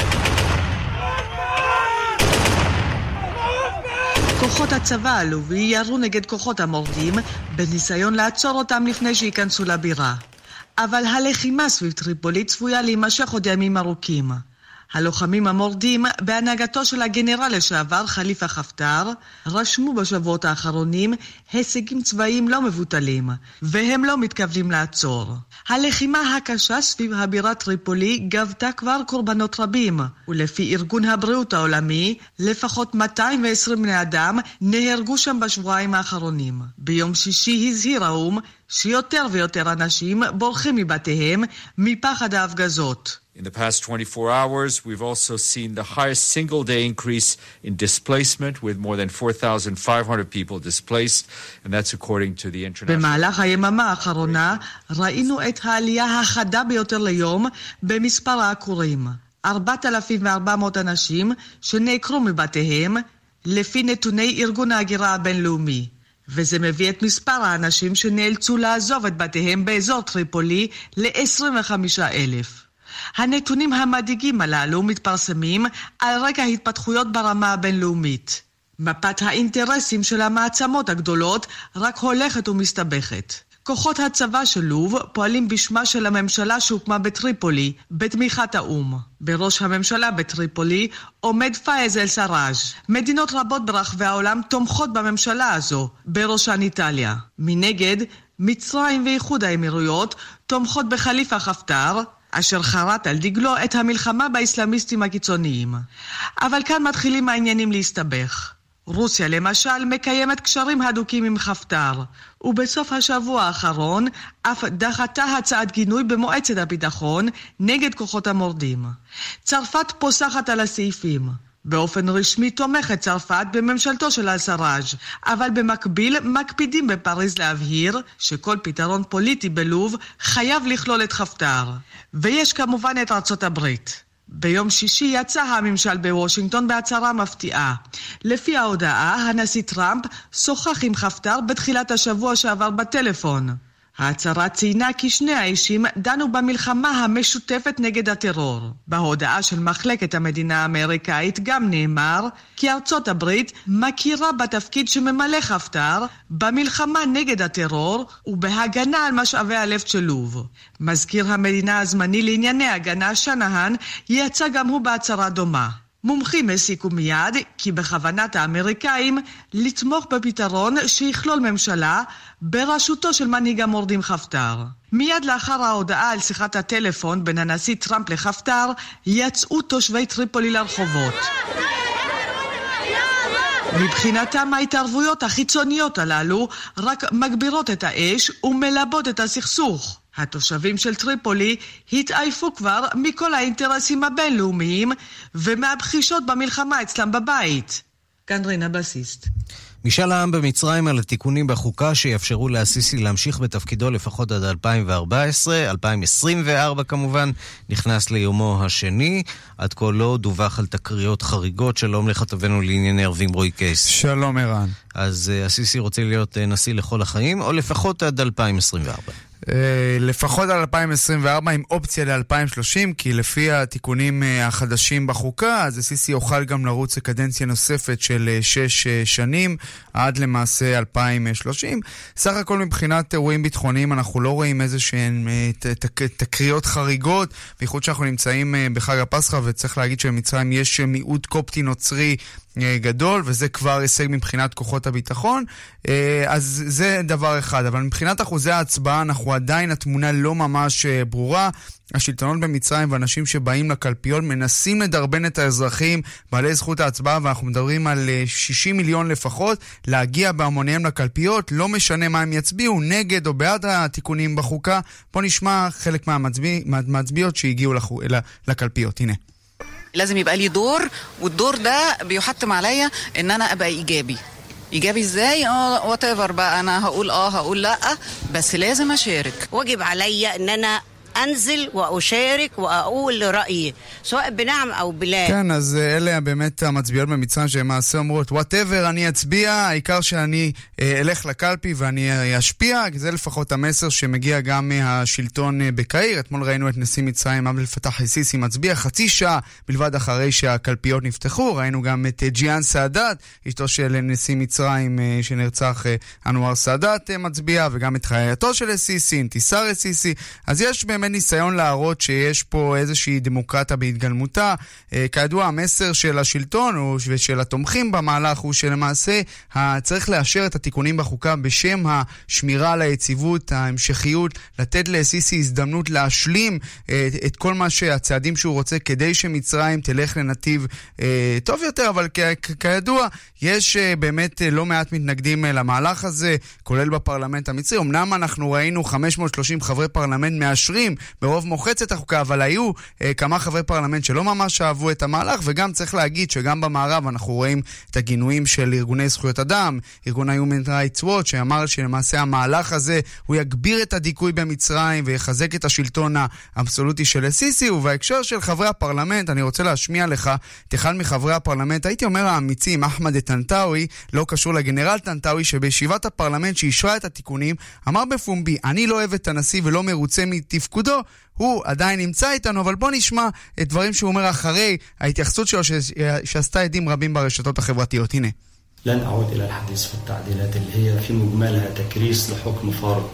Speaker 12: כוחות הצבא הלובי ירו נגד כוחות המורדים בניסיון לעצור אותם לפני שיכנסו לבירה. אבל הלחימה סביב טריפולי צפויה להימשך עוד ימים ארוכים. הלוחמים המורדים בהנהגתו של הגנרל לשעבר חליפה חפטר רשמו בשבועות האחרונים הישגים צבאיים לא מבוטלים, והם לא מתכוונים לעצור. הלחימה הקשה סביב הבירה טריפולי גבתה כבר קורבנות רבים, ולפי ארגון הבריאות העולמי, לפחות 220 בני אדם נהרגו שם בשבועיים האחרונים. ביום שישי הזהיר האו"ם שיותר ויותר אנשים בורחים מבתיהם מפחד ההפגזות.
Speaker 13: In the past 24 hours, we've also seen the highest single-day increase in displacement, with more than 4,500 people displaced, and that's according to the international...
Speaker 12: במהלך היממה האחרונה ראינו את העלייה החדה ביותר ליום במספר העקורים. 4,400 אנשים שנעקרו מבתיהם, לפי נתוני ארגון ההגירה הבינלאומי. וזה מביא את מספר האנשים שנאלצו לעזוב את בתיהם באזור טריפולי ל-25,000. הנתונים המדאיגים הללו מתפרסמים על רקע התפתחויות ברמה הבינלאומית. מפת האינטרסים של המעצמות הגדולות רק הולכת ומסתבכת. כוחות הצבא של לוב פועלים בשמה של הממשלה שהוקמה בטריפולי, בתמיכת האו"ם. בראש הממשלה בטריפולי עומד פאיז אל-סראג'. מדינות רבות ברחבי העולם תומכות בממשלה הזו, בראשן איטליה. מנגד, מצרים ואיחוד האמירויות תומכות בחליפה חפטר, אשר חרת על דגלו את המלחמה באסלאמיסטים הקיצוניים. אבל כאן מתחילים העניינים להסתבך. רוסיה למשל מקיימת קשרים הדוקים עם חפטר, ובסוף השבוע האחרון אף דחתה הצעת גינוי במועצת הביטחון נגד כוחות המורדים. צרפת פוסחת על הסעיפים. באופן רשמי תומכת צרפת בממשלתו של אל-סראג', אבל במקביל מקפידים בפריז להבהיר שכל פתרון פוליטי בלוב חייב לכלול את חפטר. ויש כמובן את ארצות הברית. ביום שישי יצא הממשל בוושינגטון בהצהרה מפתיעה. לפי ההודעה, הנשיא טראמפ שוחח עם חפטר בתחילת השבוע שעבר בטלפון. ההצהרה ציינה כי שני האישים דנו במלחמה המשותפת נגד הטרור. בהודעה של מחלקת המדינה האמריקאית גם נאמר כי ארצות הברית מכירה בתפקיד שממלא חפטר במלחמה נגד הטרור ובהגנה על משאבי הנפט של לוב. מזכיר המדינה הזמני לענייני הגנה שנהן יצא גם הוא בהצהרה דומה. מומחים הסיקו מיד כי בכוונת האמריקאים לתמוך בפתרון שיכלול ממשלה בראשותו של מנהיג המורדים חפטר. מיד לאחר ההודעה על שיחת הטלפון בין הנשיא טראמפ לחפטר יצאו תושבי טריפולי לרחובות. מבחינתם ההתערבויות החיצוניות הללו רק מגבירות את האש ומלבות את הסכסוך. התושבים של טריפולי התעייפו כבר מכל האינטרסים הבינלאומיים ומהבחישות במלחמה אצלם בבית. כאן רינה בסיסט.
Speaker 3: משאל העם במצרים על התיקונים בחוקה שיאפשרו לאסיסי להמשיך בתפקידו לפחות עד 2014, 2024 כמובן, נכנס ליומו השני. עד כה לא דווח על תקריות חריגות. שלום לכתבנו לענייני ערבים רועי קייס.
Speaker 15: שלום ערן.
Speaker 3: אז אסיסי רוצה להיות נשיא לכל החיים, או לפחות עד 2024?
Speaker 15: לפחות על 2024 עם אופציה ל-2030, כי לפי התיקונים החדשים בחוקה, אז סיסי יוכל גם לרוץ לקדנציה נוספת של 6 שנים, עד למעשה 2030. סך הכל מבחינת אירועים ביטחוניים אנחנו לא רואים איזה שהן תקריות חריגות, בייחוד שאנחנו נמצאים בחג הפסחא, וצריך להגיד שבמצרים יש מיעוט קופטי נוצרי גדול, וזה כבר הישג מבחינת כוחות הביטחון. אז זה דבר אחד, אבל מבחינת אחוזי ההצבעה אנחנו עדיין, התמונה לא ממש ברורה. השלטונות במצרים ואנשים שבאים לקלפיות מנסים לדרבן את האזרחים בעלי זכות ההצבעה, ואנחנו מדברים על 60 מיליון לפחות להגיע בהמוניהם לקלפיות, לא משנה מה הם יצביעו, נגד או בעד התיקונים בחוקה. בוא נשמע חלק מהמצביעות שהגיעו לקלפיות. הנה.
Speaker 18: لازم يبقى لي دور والدور ده بيحتم عليا ان انا ابقى ايجابي ازاي whatever بقى انا هقول لا بس لازم اشارك
Speaker 22: واجب عليا ان انا أنزل وأشارك وأقول رأيي سواء بنعم أو بلا.
Speaker 15: כן, אז אלה באמת המצביעות במצרים שמעשה אומרות whatever אני אצביע, העיקר שאני אלך לקלפי ואני אשפיע. זה לפחות המסר שמגיע גם מהשלטון בקהיר. אתמול ראינו את נשיא מצרים עבד אל פתאח אל-סיסי מצביע חצי שעה בלבד אחרי שהקלפיות נפתחו. ראינו גם את ג'יאן סאדאת, אשתו של נשיא מצרים שנרצח אנואר סאדאת מצביע, וגם את חייתו של אל-סיסי, אנתיסאר אל-סיסי. אז יש באמת ניסיון להראות שיש פה איזושהי דמוקרטיה בהתגלמותה. כידוע, המסר של השלטון ושל התומכים במהלך הוא שלמעשה צריך לאשר את התיקונים בחוקה בשם השמירה על היציבות, ההמשכיות, לתת לאסיסי הזדמנות להשלים את כל מה שהצעדים שהוא רוצה כדי שמצרים תלך לנתיב טוב יותר, אבל כידוע יש באמת לא מעט מתנגדים למהלך הזה, כולל בפרלמנט המצרי. אמנם אנחנו ראינו 530 חברי פרלמנט מאשרים ברוב מוחץ את החוקה, אבל היו כמה חברי פרלמנט שלא ממש אהבו את המהלך, וגם צריך להגיד שגם במערב אנחנו רואים את הגינויים של ארגוני זכויות אדם, ארגון Human Rights Watch, שאמר שלמעשה המהלך הזה הוא יגביר את הדיכוי במצרים ויחזק את השלטון האבסולוטי של אל-סיסי. ובהקשר של חברי הפרלמנט, אני רוצה להשמיע לך את אחד מחברי הפרלמנט, הייתי אומר האמיצים, אחמד טנטאווי, לא קשור לגנרל טנטאווי, שבישיבת הפרלמנט שאישרה את התיקונים, אמר בפומבי, אני לא אוהב את הנשיא ולא מרוצה מתפקודו. הוא עדיין נמצא איתנו, אבל בוא נשמע את דברים שהוא אומר אחרי ההתייחסות שלו שעשתה עדים רבים ברשתות החברתיות. הנה.
Speaker 23: لن أعود إلى الحديث في التعديلات اللي هي في مجملها تكريس لحكم فارض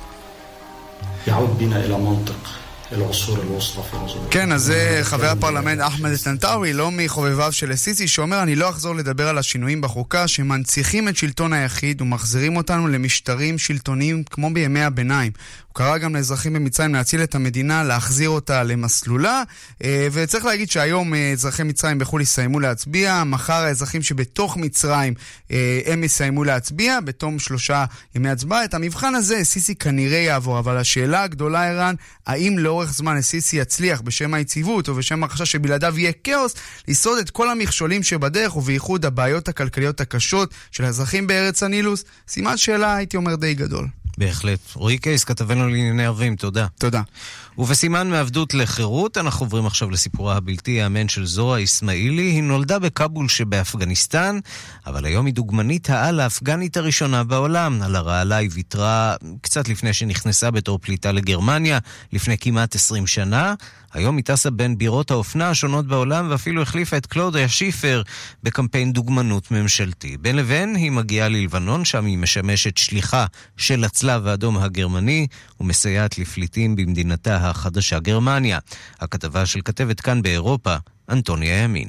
Speaker 23: يعود بنا إلى منطق العصور الوسطى في نظام.
Speaker 15: כן, אז זה חבר הפרלמנט אחמד טנטאווי, לא מחובביו של אל-סיסי, שאומר אני לא אחזור לדבר על השינויים בחוקה שמנציחים את שלטון היחיד ומחזירים אותנו למשטרים שלטוניים כמו בימי הביניים. הוא קרא גם לאזרחים במצרים להציל את המדינה, להחזיר אותה למסלולה, וצריך להגיד שהיום אזרחי מצרים בחול יסיימו להצביע, מחר האזרחים שבתוך מצרים הם יסיימו להצביע, בתום 3 ימי הצבעה. את המבחן הזה סיסי כנראה יעבור, אבל השאלה הגדולה איראן, האם לאורך זמן סיסי יצליח בשם היציבות או בשם החשש שבלעדיו יהיה כאוס, לסעוד את כל המכשולים שבדרך ובייחוד הבעיות הכלכליות הקשות של האזרחים בארץ הנילוס? סימן שאלה, הייתי אומר, די גדול.
Speaker 3: בהחלט. רועי קייס, כתבנו לענייני ערבים, תודה.
Speaker 15: תודה.
Speaker 3: ובסימן מעבדות לחירות, אנחנו עוברים עכשיו לסיפורה הבלתי יאמן של זורה אסמאעילי. היא נולדה בקאבול שבאפגניסטן, אבל היום היא דוגמנית העל האפגנית הראשונה בעולם. על הרעלה היא ויתרה קצת לפני שנכנסה בתור פליטה לגרמניה, לפני כמעט 20 שנה. היום היא טסה בין בירות האופנה השונות בעולם, ואפילו החליפה את קלאודיה שיפר בקמפיין דוגמנות ממשלתי. בין לבין היא מגיעה ללבנון, שם היא משמשת שליחה של הצלב האדום הגרמני, ומסייעת לפליטים במדינתה החדשה גרמניה. הכתבה של כתבת כאן באירופה, אנטוניה ימין.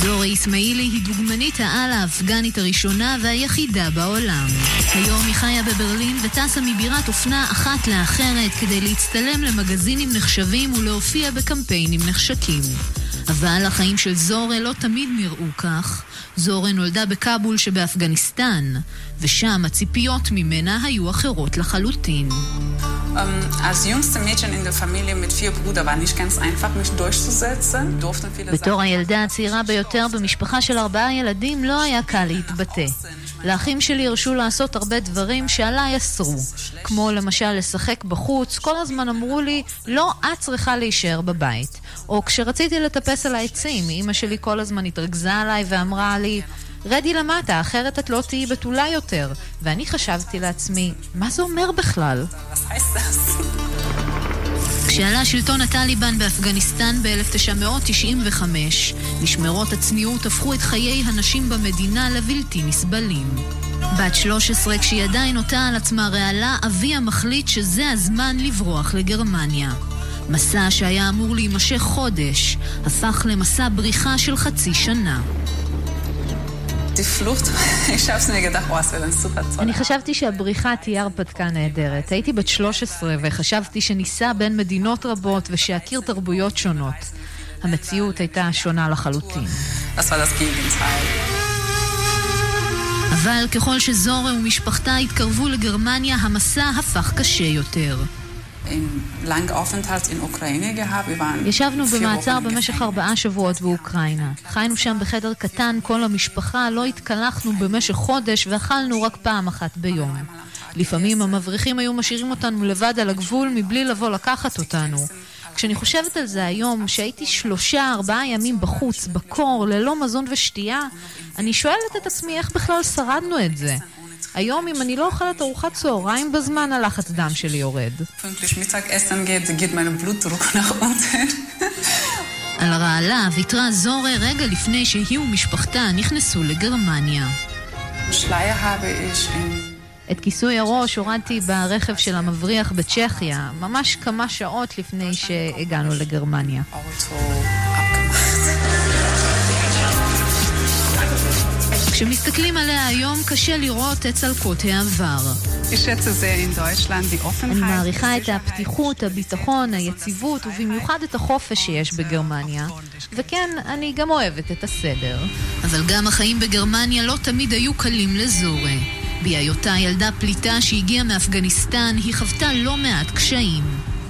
Speaker 1: זורי אסמאעילי היא דוגמנית העל האפגנית הראשונה והיחידה בעולם. היום היא חיה בברלין וטסה מבירת אופנה אחת לאחרת כדי להצטלם למגזינים נחשבים ולהופיע בקמפיינים נחשקים. אבל החיים של זורה לא תמיד נראו כך. זורה נולדה בקאבול שבאפגניסטן, ושם הציפיות ממנה היו אחרות לחלוטין.
Speaker 18: Als jüngste Mädchen in der Familie mit 4 Brüdern war nicht ganz einfach, mich durchzusetzen. Durften viele
Speaker 1: בתור הילדה הצעירה ביותר במשפחה של 4 ילדים לא היה קל להתבטא. לאחים שלי הרשו לעשות הרבה דברים שעליי אסרו, כמו למשל לשחק בחוץ. כל הזמן אמרו לי, לא, את צריכה להישאר בבית. או כשרציתי לטפס על העצים, אמא שלי כל הזמן התרכזה עליי ואמרה לי, רדי למטה, אחרת את לא תהיי בתולה יותר. ואני חשבתי לעצמי, מה זה אומר בכלל? כשעלה שלטון הטליבן באפגניסטן ב-1995, משמרות הצניעות הפכו את חיי הנשים במדינה לבלתי נסבלים. בת 13, כשהיא עדיין אותה על עצמה רעלה, אביה מחליט שזה הזמן לברוח לגרמניה. מסע שהיה אמור להימשך חודש, הפך למסע בריחה של חצי שנה. אני חשבתי שהבריחה תהיה הרפתקה נהדרת. הייתי בת 13 וחשבתי שניסע בין מדינות רבות ושאכיר תרבויות שונות. המציאות הייתה שונה לחלוטין. אבל ככל שזורה ומשפחתה התקרבו לגרמניה, המסע הפך קשה יותר. ישבנו במעצר במשך 4 שבועות באוקראינה. חיינו שם בחדר קטן, כל המשפחה, לא התקלחנו במשך חודש ואכלנו רק פעם אחת ביום. לפעמים המבריחים היו משאירים אותנו לבד על הגבול מבלי לבוא לקחת אותנו. כשאני חושבת על זה היום, שהייתי 3-4 ימים בחוץ, בקור, ללא מזון ושתייה, אני שואלת את עצמי איך בכלל שרדנו את זה. היום אם אני לא אוכלת ארוחת צהריים בזמן, הלחץ דם שלי יורד. על הרעלה ויתרה זורה רגע לפני שהיא ומשפחתה נכנסו לגרמניה. את כיסוי הראש הורדתי ברכב של המבריח בצ'כיה, ממש כמה שעות לפני שהגענו לגרמניה. כשמסתכלים עליה היום קשה לראות את צלקות העבר. אני מעריכה את הפתיחות, הביטחון, היציבות ובמיוחד את החופש שיש בגרמניה. וכן, אני גם אוהבת את הסדר. אבל גם החיים בגרמניה לא תמיד היו קלים לזורה. בהיותה ילדה פליטה שהגיעה מאפגניסטן, היא חוותה לא מעט קשיים.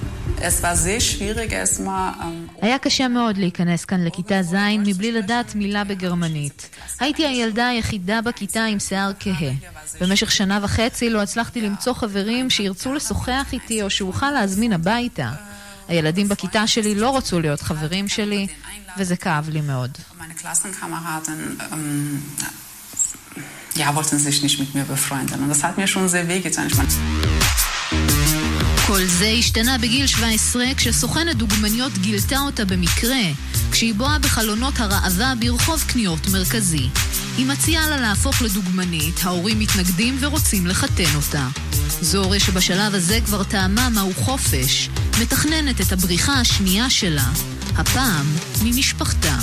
Speaker 1: היה קשה מאוד להיכנס כאן לכיתה ז' מבלי לדעת מילה בגרמנית. הייתי הילדה היחידה בכיתה עם שיער כהה. במשך 1.5 שנה לא הצלחתי למצוא חברים שירצו לשוחח איתי או שאוכל להזמין הביתה. הילדים בכיתה שלי לא רצו להיות חברים שלי, וזה כאב לי מאוד.
Speaker 18: wollten sich nicht mit mir befreunden. Und das hat mir schon sehr wehgetan.
Speaker 1: כל זה השתנה בגיל 17 כשסוכנת דוגמניות גילתה אותה במקרה, כשהיא בואה בחלונות הראווה ברחוב קניות מרכזי. היא מציעה לה להפוך לדוגמנית, ההורים מתנגדים ורוצים לחתן אותה. זורה שבשלב הזה כבר טעמה מהו חופש, מתכננת את הבריחה השנייה שלה, הפעם ממשפחתה.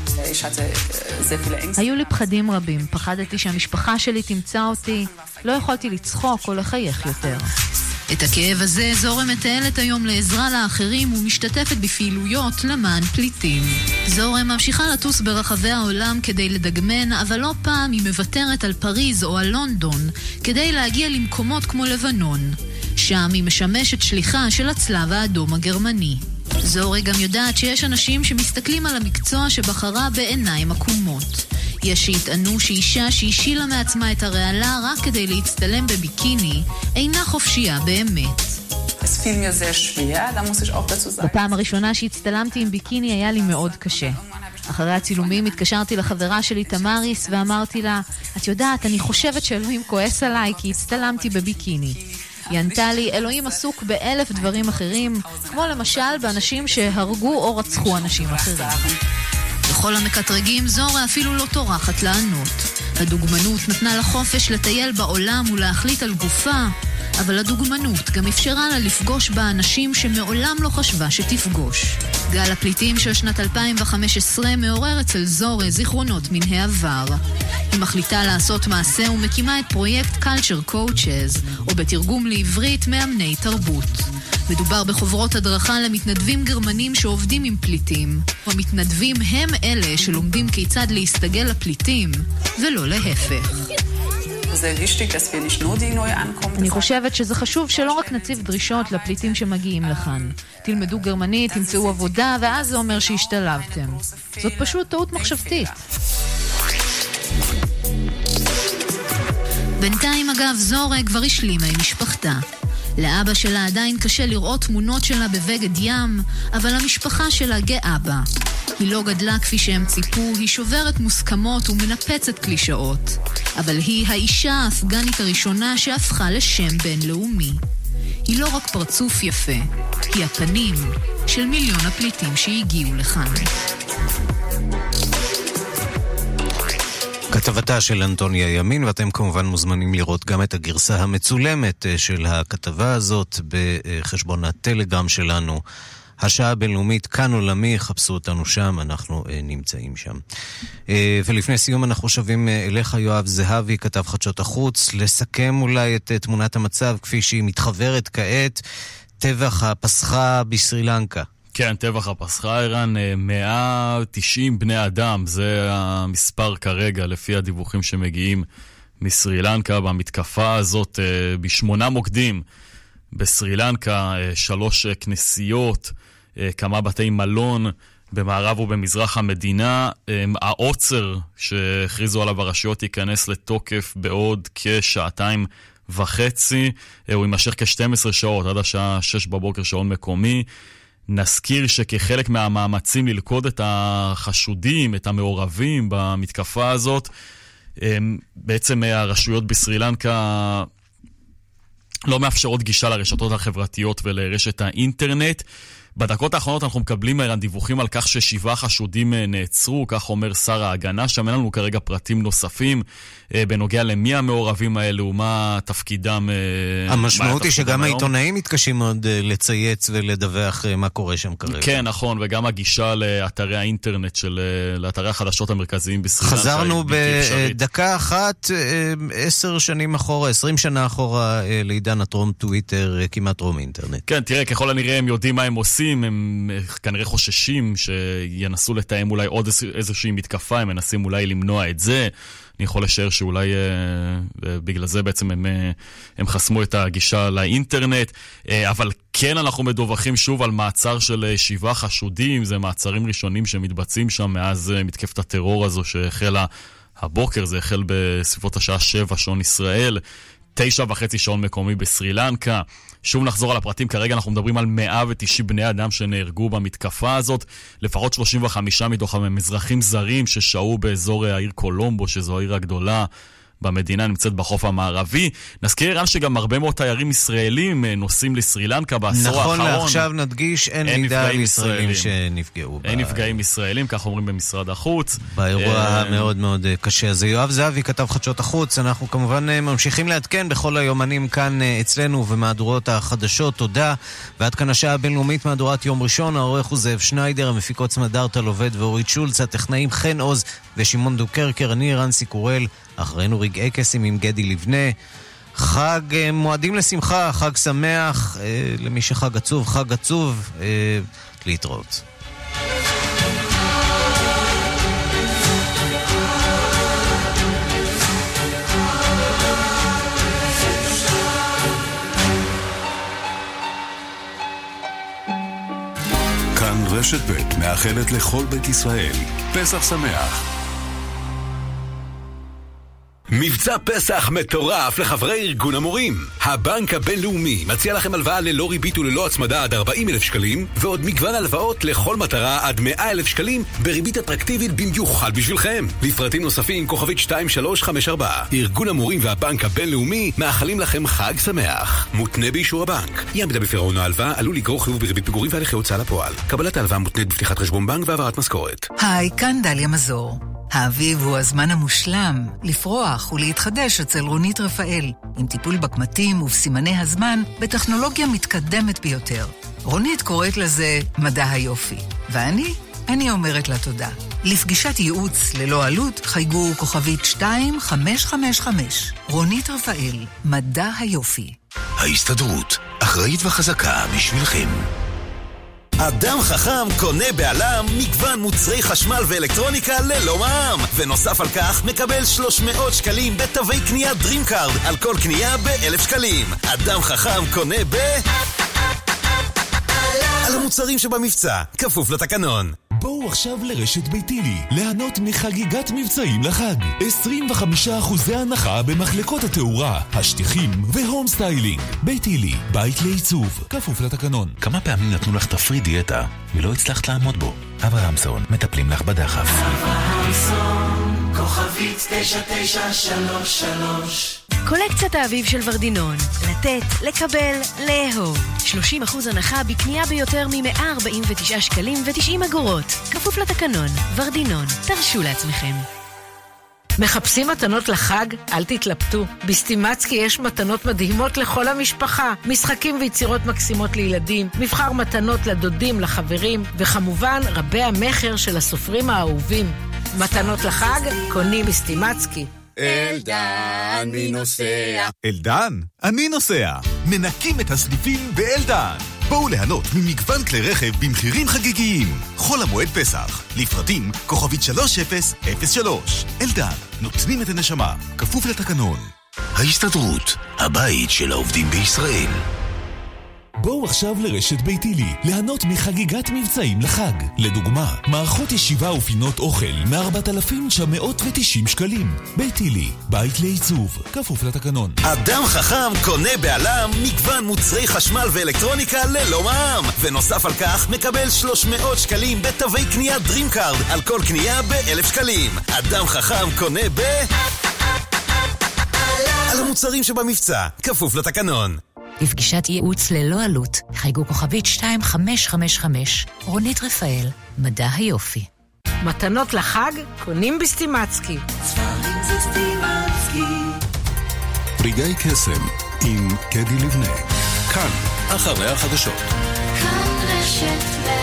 Speaker 1: היו לי פחדים רבים, פחדתי שהמשפחה שלי תמצא אותי, לא יכולתי לצחוק או לחייך יותר. את הכאב הזה זורה מתעלת היום לעזרה לאחרים ומשתתפת בפעילויות למען פליטים. זורה ממשיכה לטוס ברחבי העולם כדי לדגמן, אבל לא פעם היא מוותרת על פריז או על לונדון כדי להגיע למקומות כמו לבנון. שם היא משמשת שליחה של הצלב האדום הגרמני. זורה גם יודעת שיש אנשים שמסתכלים על המקצוע שבחרה בעיניים עקומות. יש שיטענו שאישה שהשילה מעצמה את הרעלה רק כדי להצטלם בביקיני אינה חופשייה באמת. בפעם הראשונה שהצטלמתי עם ביקיני היה לי מאוד קשה. אחרי הצילומים התקשרתי לחברה שלי תמריס ואמרתי לה, את יודעת, אני חושבת שאלוהים כועס עליי כי הצטלמתי בביקיני. היא ענתה לי, אלוהים עסוק ב1000 דברים אחרים, כמו למשל באנשים שהרגו או רצחו אנשים אחרים. בכל המקטרגים זורה אפילו לא טורחת לענות. הדוגמנות נתנה לה חופש לטייל בעולם ולהחליט על גופה, אבל הדוגמנות גם אפשרה לה לפגוש בה אנשים שמעולם לא חשבה שתפגוש. גל הפליטים של שנת 2015 מעורר אצל זורה זיכרונות מן העבר. היא מחליטה לעשות מעשה ומקימה את פרויקט Culture Coaches, או בתרגום לעברית מאמני תרבות. מדובר בחוברות הדרכה למתנדבים גרמנים שעובדים עם פליטים. המתנדבים הם אלה שלומדים כיצד להסתגל לפליטים, ולא להפך. אני חושבת שזה חשוב שלא רק נציב דרישות לפליטים שמגיעים לכאן. תלמדו גרמנית, תמצאו עבודה, ואז זה אומר שהשתלבתם. זאת פשוט טעות מחשבתית. בינתיים אגב זורה כבר השלימה עם משפחתה. לאבא שלה עדיין קשה לראות תמונות שלה בבגד ים, אבל המשפחה שלה גאה בה. היא לא גדלה כפי שהם ציפו, היא שוברת מוסכמות ומנפצת קלישאות. אבל היא האישה האפגנית הראשונה שהפכה לשם בינלאומי. היא לא רק פרצוף יפה, היא הפנים של מיליון הפליטים שהגיעו לכאן.
Speaker 3: כתבתה של אנטוניה ימין, ואתם כמובן מוזמנים לראות גם את הגרסה המצולמת של הכתבה הזאת בחשבון הטלגרם שלנו. השעה הבינלאומית, כאן עולמי, חפשו אותנו שם, אנחנו נמצאים שם. ולפני סיום אנחנו שווים אליך יואב זהבי, כתב חדשות החוץ, לסכם אולי את תמונת המצב כפי שהיא מתחברת כעת, טבח הפסחה בסרילנקה.
Speaker 5: כן, טבח הפסחה, איראן, 190 בני אדם, זה המספר כרגע לפי הדיווחים שמגיעים מסרילנקה. במתקפה הזאת ב8 מוקדים בסרילנקה, 3 כנסיות, כמה בתי מלון במערב ובמזרח המדינה. העוצר שהכריזו עליו הרשויות ייכנס לתוקף בעוד כשעתיים וחצי, הוא יימשך כ12 שעות עד השעה 6 בבוקר שעון מקומי. נזכיר שכחלק מהמאמצים ללכוד את החשודים, את המעורבים במתקפה הזאת, בעצם הרשויות בסרילנקה לא מאפשרות גישה לרשתות החברתיות ולרשת האינטרנט. בדקות האחרונות אנחנו מקבלים דיווחים על כך ש7 חשודים נעצרו, כך אומר שר ההגנה, שם אין לנו כרגע פרטים נוספים בנוגע למי המעורבים האלו ומה תפקידם.
Speaker 3: המשמעות היא שגם העיתונאים מתקשים מאוד לצייץ ולדווח מה קורה שם כרגע.
Speaker 5: כן, נכון, וגם הגישה לאתרי האינטרנט לאתרי החדשות המרכזיים בסרילנקה.
Speaker 3: חזרנו בדקה אחת 10 שנים אחורה, 20 שנה אחורה לעידן הטרום טוויטר, כמעט טרום אינטרנט.
Speaker 5: כן, תראה, ככל הנראה הם יודעים מה הם עושים, הם כנראה חוששים שינסו לתאם אולי עוד איזושהי מתקפה, הם מנסים אולי למנוע את זה. אני יכול לשער שאולי בגלל זה בעצם הם חסמו את הגישה לאינטרנט, אבל כן אנחנו מדווחים שוב על מעצר של 7 חשודים, זה מעצרים ראשונים שמתבצעים שם מאז מתקפת הטרור הזו שהחלה הבוקר, זה החל בסביבות השעה 7 שעון ישראל, 9:30 שעון מקומי בסרילנקה. שוב נחזור על הפרטים, כרגע אנחנו מדברים על 190 בני אדם שנהרגו במתקפה הזאת, לפחות 35 מתוכם הם אזרחים זרים ששהו באזור העיר קולומבו, שזו העיר הגדולה במדינה, נמצאת בחוף המערבי. נזכיר איראן שגם הרבה מאוד תיירים ישראלים נוסעים לסרילנקה בעשור האחרון.
Speaker 3: נכון, עכשיו נדגיש, אין מידע על ישראלים שנפגעו.
Speaker 5: אין נפגעים ישראלים, כך אומרים במשרד החוץ.
Speaker 3: באירוע המאוד מאוד קשה הזה. יואב זהבי, כתב חדשות החוץ, אנחנו כמובן ממשיכים לעדכן בכל היומנים כאן אצלנו ומהדורות החדשות, תודה. ועד כאן השעה הבינלאומית, מהדורת יום ראשון, העורך הוא זאב שניידר, המפיקות סמדארט הלובד ואורית שולץ, הטכנאים חן עוז ושמעון דוקרקר, אני רנסי קורל. אחרינו רגעי קסם עם גדי לבנה. חג מועדים לשמחה, חג שמח, למי שחג עצוב, חג עצוב, להתראות.
Speaker 2: כאן רשת ב' מאחלת לכל בית ישראל פסח שמח.
Speaker 7: מבצע פסח מטורף לחברי ארגון המורים. הבנק הבינלאומי מציע לכם הלוואה ללא ריבית וללא הצמדה עד 40,000 שקלים, ועוד מגוון הלוואות לכל מטרה עד 100,000 שקלים, בריבית אטרקטיבית במיוחד בשבילכם. לפרטים נוספים כוכבית 2354. ארגון המורים והבנק הבינלאומי מאחלים לכם חג שמח. מותנה באישור הבנק. אי עמידה בפירעון ההלוואה עלול לגרור חיוב בריבית פיגורים והליכי הוצאה לפועל. קבלת ההלוואה מותנית בפתיחת חשבון בנק והעברת משכורת.
Speaker 24: היי, כאן דליה מזור.
Speaker 6: האביב הוא הזמן המושלם לפרוח ולהתחדש אצל רונית רפאל, עם טיפול בקמטים ובסימני הזמן בטכנולוגיה מתקדמת ביותר. רונית קוראת לזה מדע היופי, ואני אומרת לה תודה. לפגישת ייעוץ ללא עלות חייגו כוכבית 2555. רונית רפאל, מדע היופי.
Speaker 7: ההסתדרות, אחראית וחזקה בשבילכם. אדם חכם קונה בעלם מגוון מוצרי חשמל ואלקטרוניקה ללא מע"מ, ונוסף על כך מקבל 300 שקלים בתווי קנייה דרימקארד על כל קנייה ב1,000 שקלים. אדם חכם קונה על המוצרים שבמבצע, כפוף לתקנון.
Speaker 14: בואו עכשיו לרשת ביתילי, ליהנות מחגיגת מבצעים לחג. 25% הנחה במחלקות התאורה, השטיחים והום סטיילינג. ביתילי, בית לעיצוב, כפוף לתקנון.
Speaker 7: כמה פעמים נתנו לך תפריט דיאטה ולא הצלחת לעמוד בו? אברהמסון, מטפלים לך בדחף.
Speaker 16: אברהמסון, כוכבית 9933.
Speaker 21: קולקציית האביב של ורדינון. לתת, לקבל, לאהוב. 30% הנחה בקנייה ביותר מ-149 שקלים ו90 אגורות. כפוף לתקנון. ורדינון. תרשו לעצמכם. מחפשים מתנות לחג? אל תתלבטו. בסטימצקי יש מתנות מדהימות לכל המשפחה. משחקים ויצירות מקסימות לילדים, מבחר מתנות לדודים, לחברים, וכמובן רבי המחר של הסופרים האהובים. מתנות לחג? קונים בסטימצקי.
Speaker 19: אלדן, מי נוסע?
Speaker 7: אלדן, אני נוסע. מנקים את הסניפים באלדן. בואו ליהנות ממגוון כלי רכב במחירים חגיגיים. חול המועד פסח. לפרטים כוכבית 3003. אלדן, נותנים את הנשמה. כפוף לתקנון. ההסתדרות, הבית של העובדים בישראל.
Speaker 14: בואו עכשיו לרשת ביתילי, ליהנות מחגיגת מבצעים לחג. לדוגמה, מערכות ישיבה ופינות אוכל מ-4,990 שקלים. ביתילי, בית לעיצוב, כפוף לתקנון.
Speaker 7: אדם חכם קונה בעלם מגוון מוצרי חשמל ואלקטרוניקה ללא מע"מ, ונוסף על כך מקבל 300 שקלים בתווי קנייה דרימקארד על כל קנייה ב1,000 שקלים. אדם חכם קונה על המוצרים שבמבצע, כפוף לתקנון.
Speaker 24: לפגישת ייעוץ ללא עלות, חייגו כוכבית 2555. רונית רפאל, מדע היופי.
Speaker 21: מתנות לחג? קונים בסטימצקי.
Speaker 16: ספרים זה סטימצקי.
Speaker 2: רגעי קסם עם קדי לבנה. כאן, אחרי החדשות.
Speaker 20: כאן רשת ב'